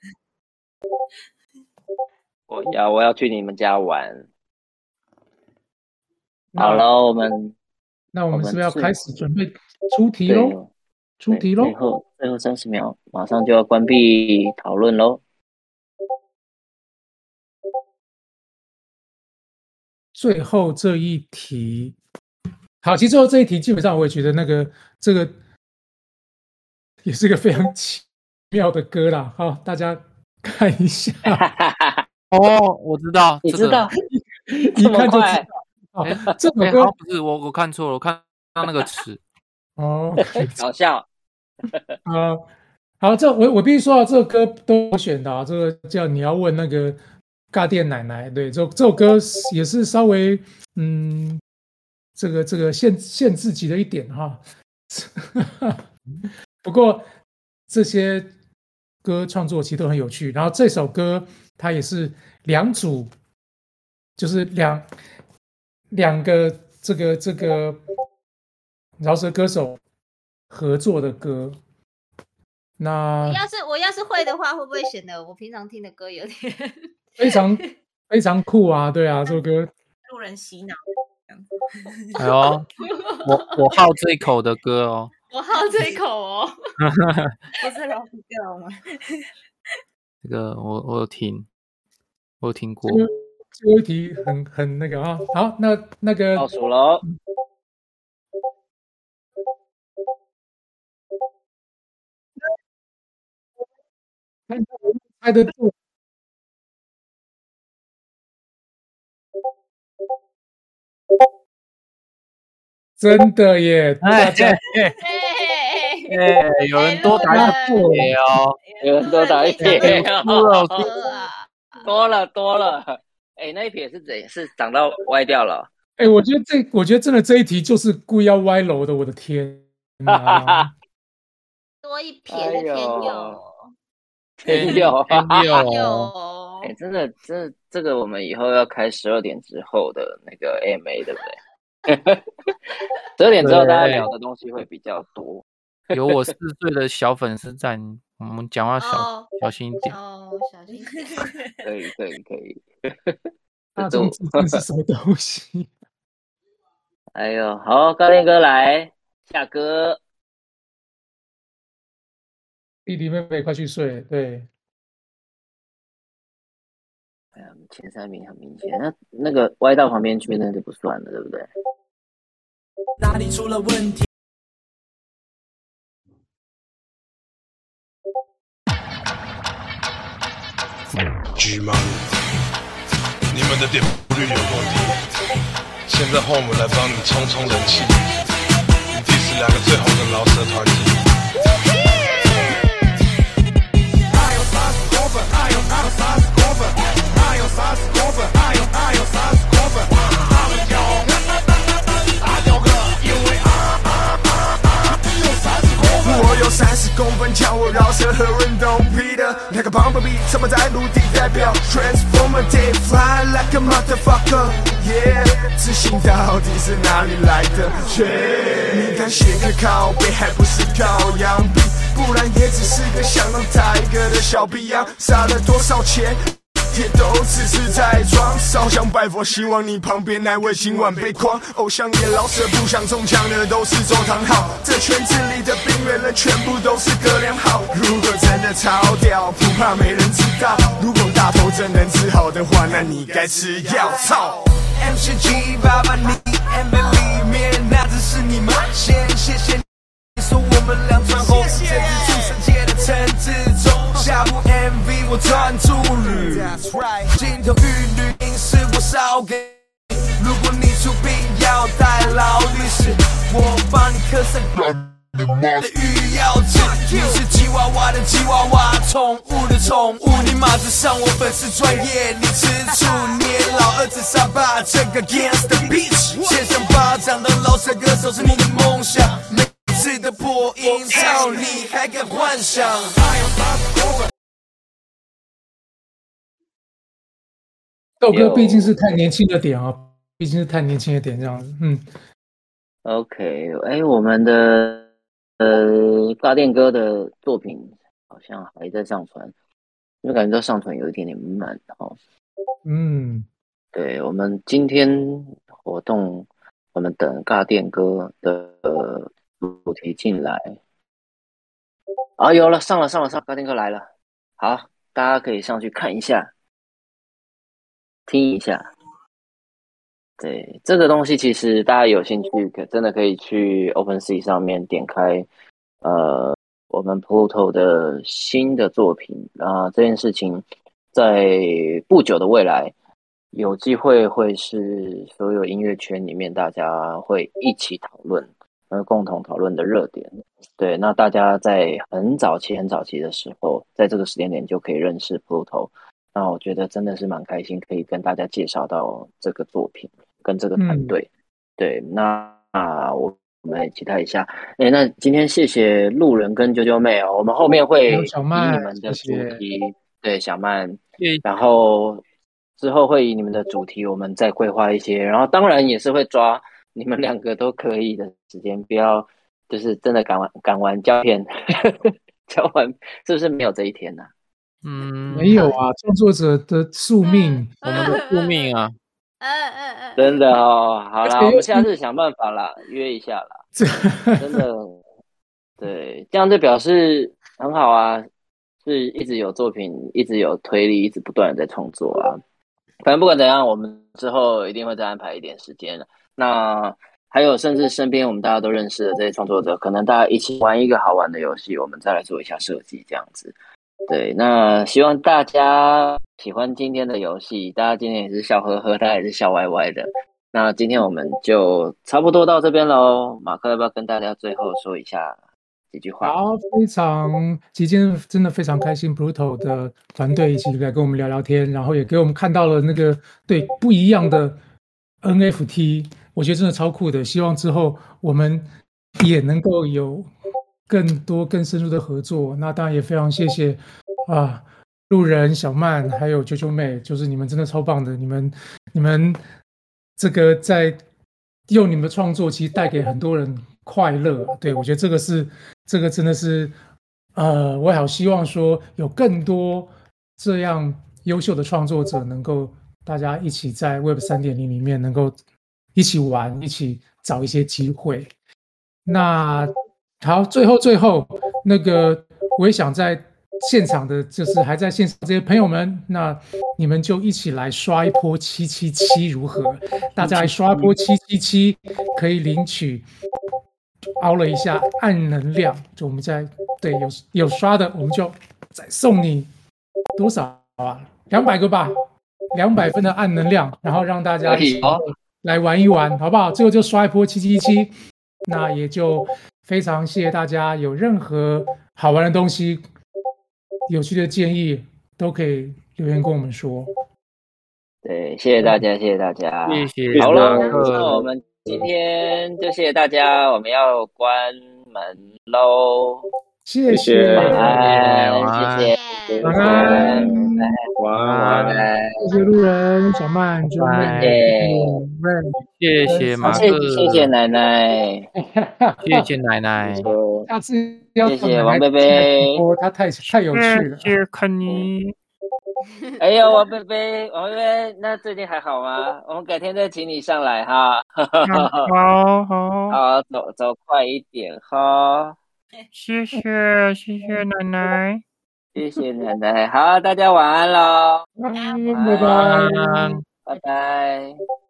我要我要去你们家玩。好了，我们那我们是不是要开始准备出题喽？出题喽！ 最后最后三十秒，马上就要关闭讨论喽。 最后这一题，好，其实最后这一题基本上我也觉得那个这个也是一个非常奇妙的歌啦。好，大家看一下。 哦，我知道， 你知道， 一看就知道。哦，这首歌不是我，我看错了，我看到那个词。 哦， 搞笑。 啊，好，这我我必须说啊，这首歌都我选的啊，这个叫你要问那个尬店奶奶，对，这这首歌也是稍微嗯，这个这个限限自己的一点哈。不过这些歌创作其实都很有趣，然后这首歌它也是两组，就是两两个这个这个饶舌歌手合作的歌。那要是我要是会的话，会不会显得我平常听的歌有点非常非常酷啊？对啊，这首歌路人洗脑。 哎呦，我我好这一口的歌哦， 我好这一口哦，不是老虎调吗？ 这个我我有听，我有听过。 最后一题很很那个啊，好，那那个倒数喽。 猜得住。真的耶！大家， 哎，有人多打一撇哦， 有人多打一撇哦， 多了多了。哎，那一撇是怎是长到歪掉了？ 哎，我觉得这，我觉得真的这一题就是故意要歪楼的，我的天哪！ 多一撇的天佑， 天佑， 天佑， 哎，真的，真的，这个我们以后要开十二点之后的那个 A M A， 对不对？十二点之后大家聊的东西会比较多。 有我四岁的小粉丝在，我们讲话小、 哦、 小心一点。 哦，小心。 可以，可以，可以。 大众智慧是什么东西？ 哎呦，好，高天哥来下歌。 弟弟妹妹快去睡。对， 哎呀，前三名很明显，那那个歪到旁边去那就不算了，对不对？ 哪里出了问题？ G Money， 你们的点播率有多低？现在换我们来帮你冲冲人气。你第十两个最红的饶舌团体。 爱有啥子过分？爱有爱有啥子过分？爱有啥子过分？爱有爱有啥子过分？他们叫大雕哥，因为啊啊啊啊，有啥子过分？我有三十公分，叫我饶舌和人都比的。那个 Bumblebee 怎么在陆地代表 Transformer Day fly like a motherfucker Yeah 自信到底是哪里来的 Yeah 你敢写个靠背还不是羔羊逼不然也只是个想当台哥的小逼样撒了多少钱也都只是在装烧香拜佛希望你旁边那位今晚被诓偶像也老舍不想中枪的都是中堂好这圈子里的边缘人全部都是哥俩好如果真的超屌不怕没人知道如果大头真能治好的话那你该吃药操 M C G 爸爸你 M V 里面那只是你们先谢谢你说我们俩转红这是出生界的陈志忠下部 M V 我专注于镜头与滤镜是我烧给如果你出兵要带劳力士我帮你刻上的玉药子你是吉娃娃的吉娃娃宠物的宠物你马子上我粉丝专业你吃醋你老儿子沙巴这个 gangsta bitch 线上巴掌当老舌歌手是你的梦想每次的破音操你还敢幻想豆哥毕竟是太年轻的点啊，毕竟是太年轻的点这样子，嗯。 OK， 哎，我们的呃大电哥的作品好像还在上传，就感觉到上传有一点点慢哦。 嗯， 对，我们今天活动，我们等大电哥的主题进来。啊，有了，上了，上了，上了，大电哥来了。好，大家可以上去看一下，听一下。对，这个东西其实大家有兴趣，可真的可以去 OpenSea 上面点开，呃，我们 Pluto 的新的作品啊，这件事情在不久的未来有机会会是所有音乐圈里面大家会一起讨论，呃，共同讨论的热点。对，那大家在很早期、很早期的时候，在这个时间点就可以认识 Pluto。那我觉得真的是蛮开心，可以跟大家介绍到这个作品跟这个团队。嗯、对，那那我我们也期待一下。哎，那今天谢谢路人跟啾啾妹哦，我们后面会以你们的主题，对小曼，然后之后会以你们的主题，我们再规划一些，然后当然也是会抓你们两个都可以的时间，不要就是真的赶完赶完胶片，胶完是不是没有这一天呢、啊？ 嗯， 没有啊，创作者的宿命， 我们的宿命啊， 嗯嗯嗯， 真的哦，好啦，我们下次想办法啦，约一下啦，真的，对，这样就表示很好啊，是一直有作品，一直有推力，一直不断的在创作啊。反正不管怎样，我们之后一定会再安排一点时间。那还有，甚至身边我们大家都认识的这些创作者，可能大家一起玩一个好玩的游戏，我们再来做一下设计，这样子。对，那希望大家喜欢今天的游戏，大家今天也是笑呵呵，大家也是笑歪歪的。那今天我们就差不多到这边喽。马克要不要跟大家最后说一下几句话？ 好，非常，今天真的非常开心 ，Pluto 的团队一起来跟我们聊聊天，然后也给我们看到了那个对不一样的 N F T， 我觉得真的超酷的。希望之后我们也能够有更多更深入的合作。那当然也非常谢谢啊，路人小曼还有啾啾妹，就是你们真的超棒的，你们你们这个在用你们的创作，其实带给很多人快乐。对，我觉得这个是这个真的是呃，我好希望说有更多这样优秀的创作者，能够大家一起在 Web 三点零 里面能够一起玩，一起找一些机会。那好，最后最后那个我也想在现场的，就是还在线上这些朋友们，那你们就一起来刷一波七七七如何？大家来刷一波七七七，可以领取凹了一下暗能量。就我们在对有有刷的，我们就再送你多少啊？两百个吧，两百分的暗能量，然后让大家一起来玩一玩，好不好？最后就刷一波七七七，那也就非常谢谢大家，有任何好玩的东西。有趣的建议都可以留言跟我们说。 对，谢谢大家，谢谢大家， 谢谢。 好了，那我们今天就谢谢大家，我们要关门喽。 谢谢， 晚安，谢谢， 晚安， 晚安，晚安， 谢谢路人小曼，谢谢，谢谢马克， 谢谢奶奶， 谢谢奶奶， 下次要谢谢王贝贝， 他太太有趣了， 谢谢肯尼。 哎呦，王贝贝，王贝贝，那最近还好吗？我们改天再请你上来哈。 好好， 好，走走快一点哈。 谢谢，谢谢奶奶， 谢谢奶奶。好，大家晚安喽。 晚安，拜拜， 拜拜。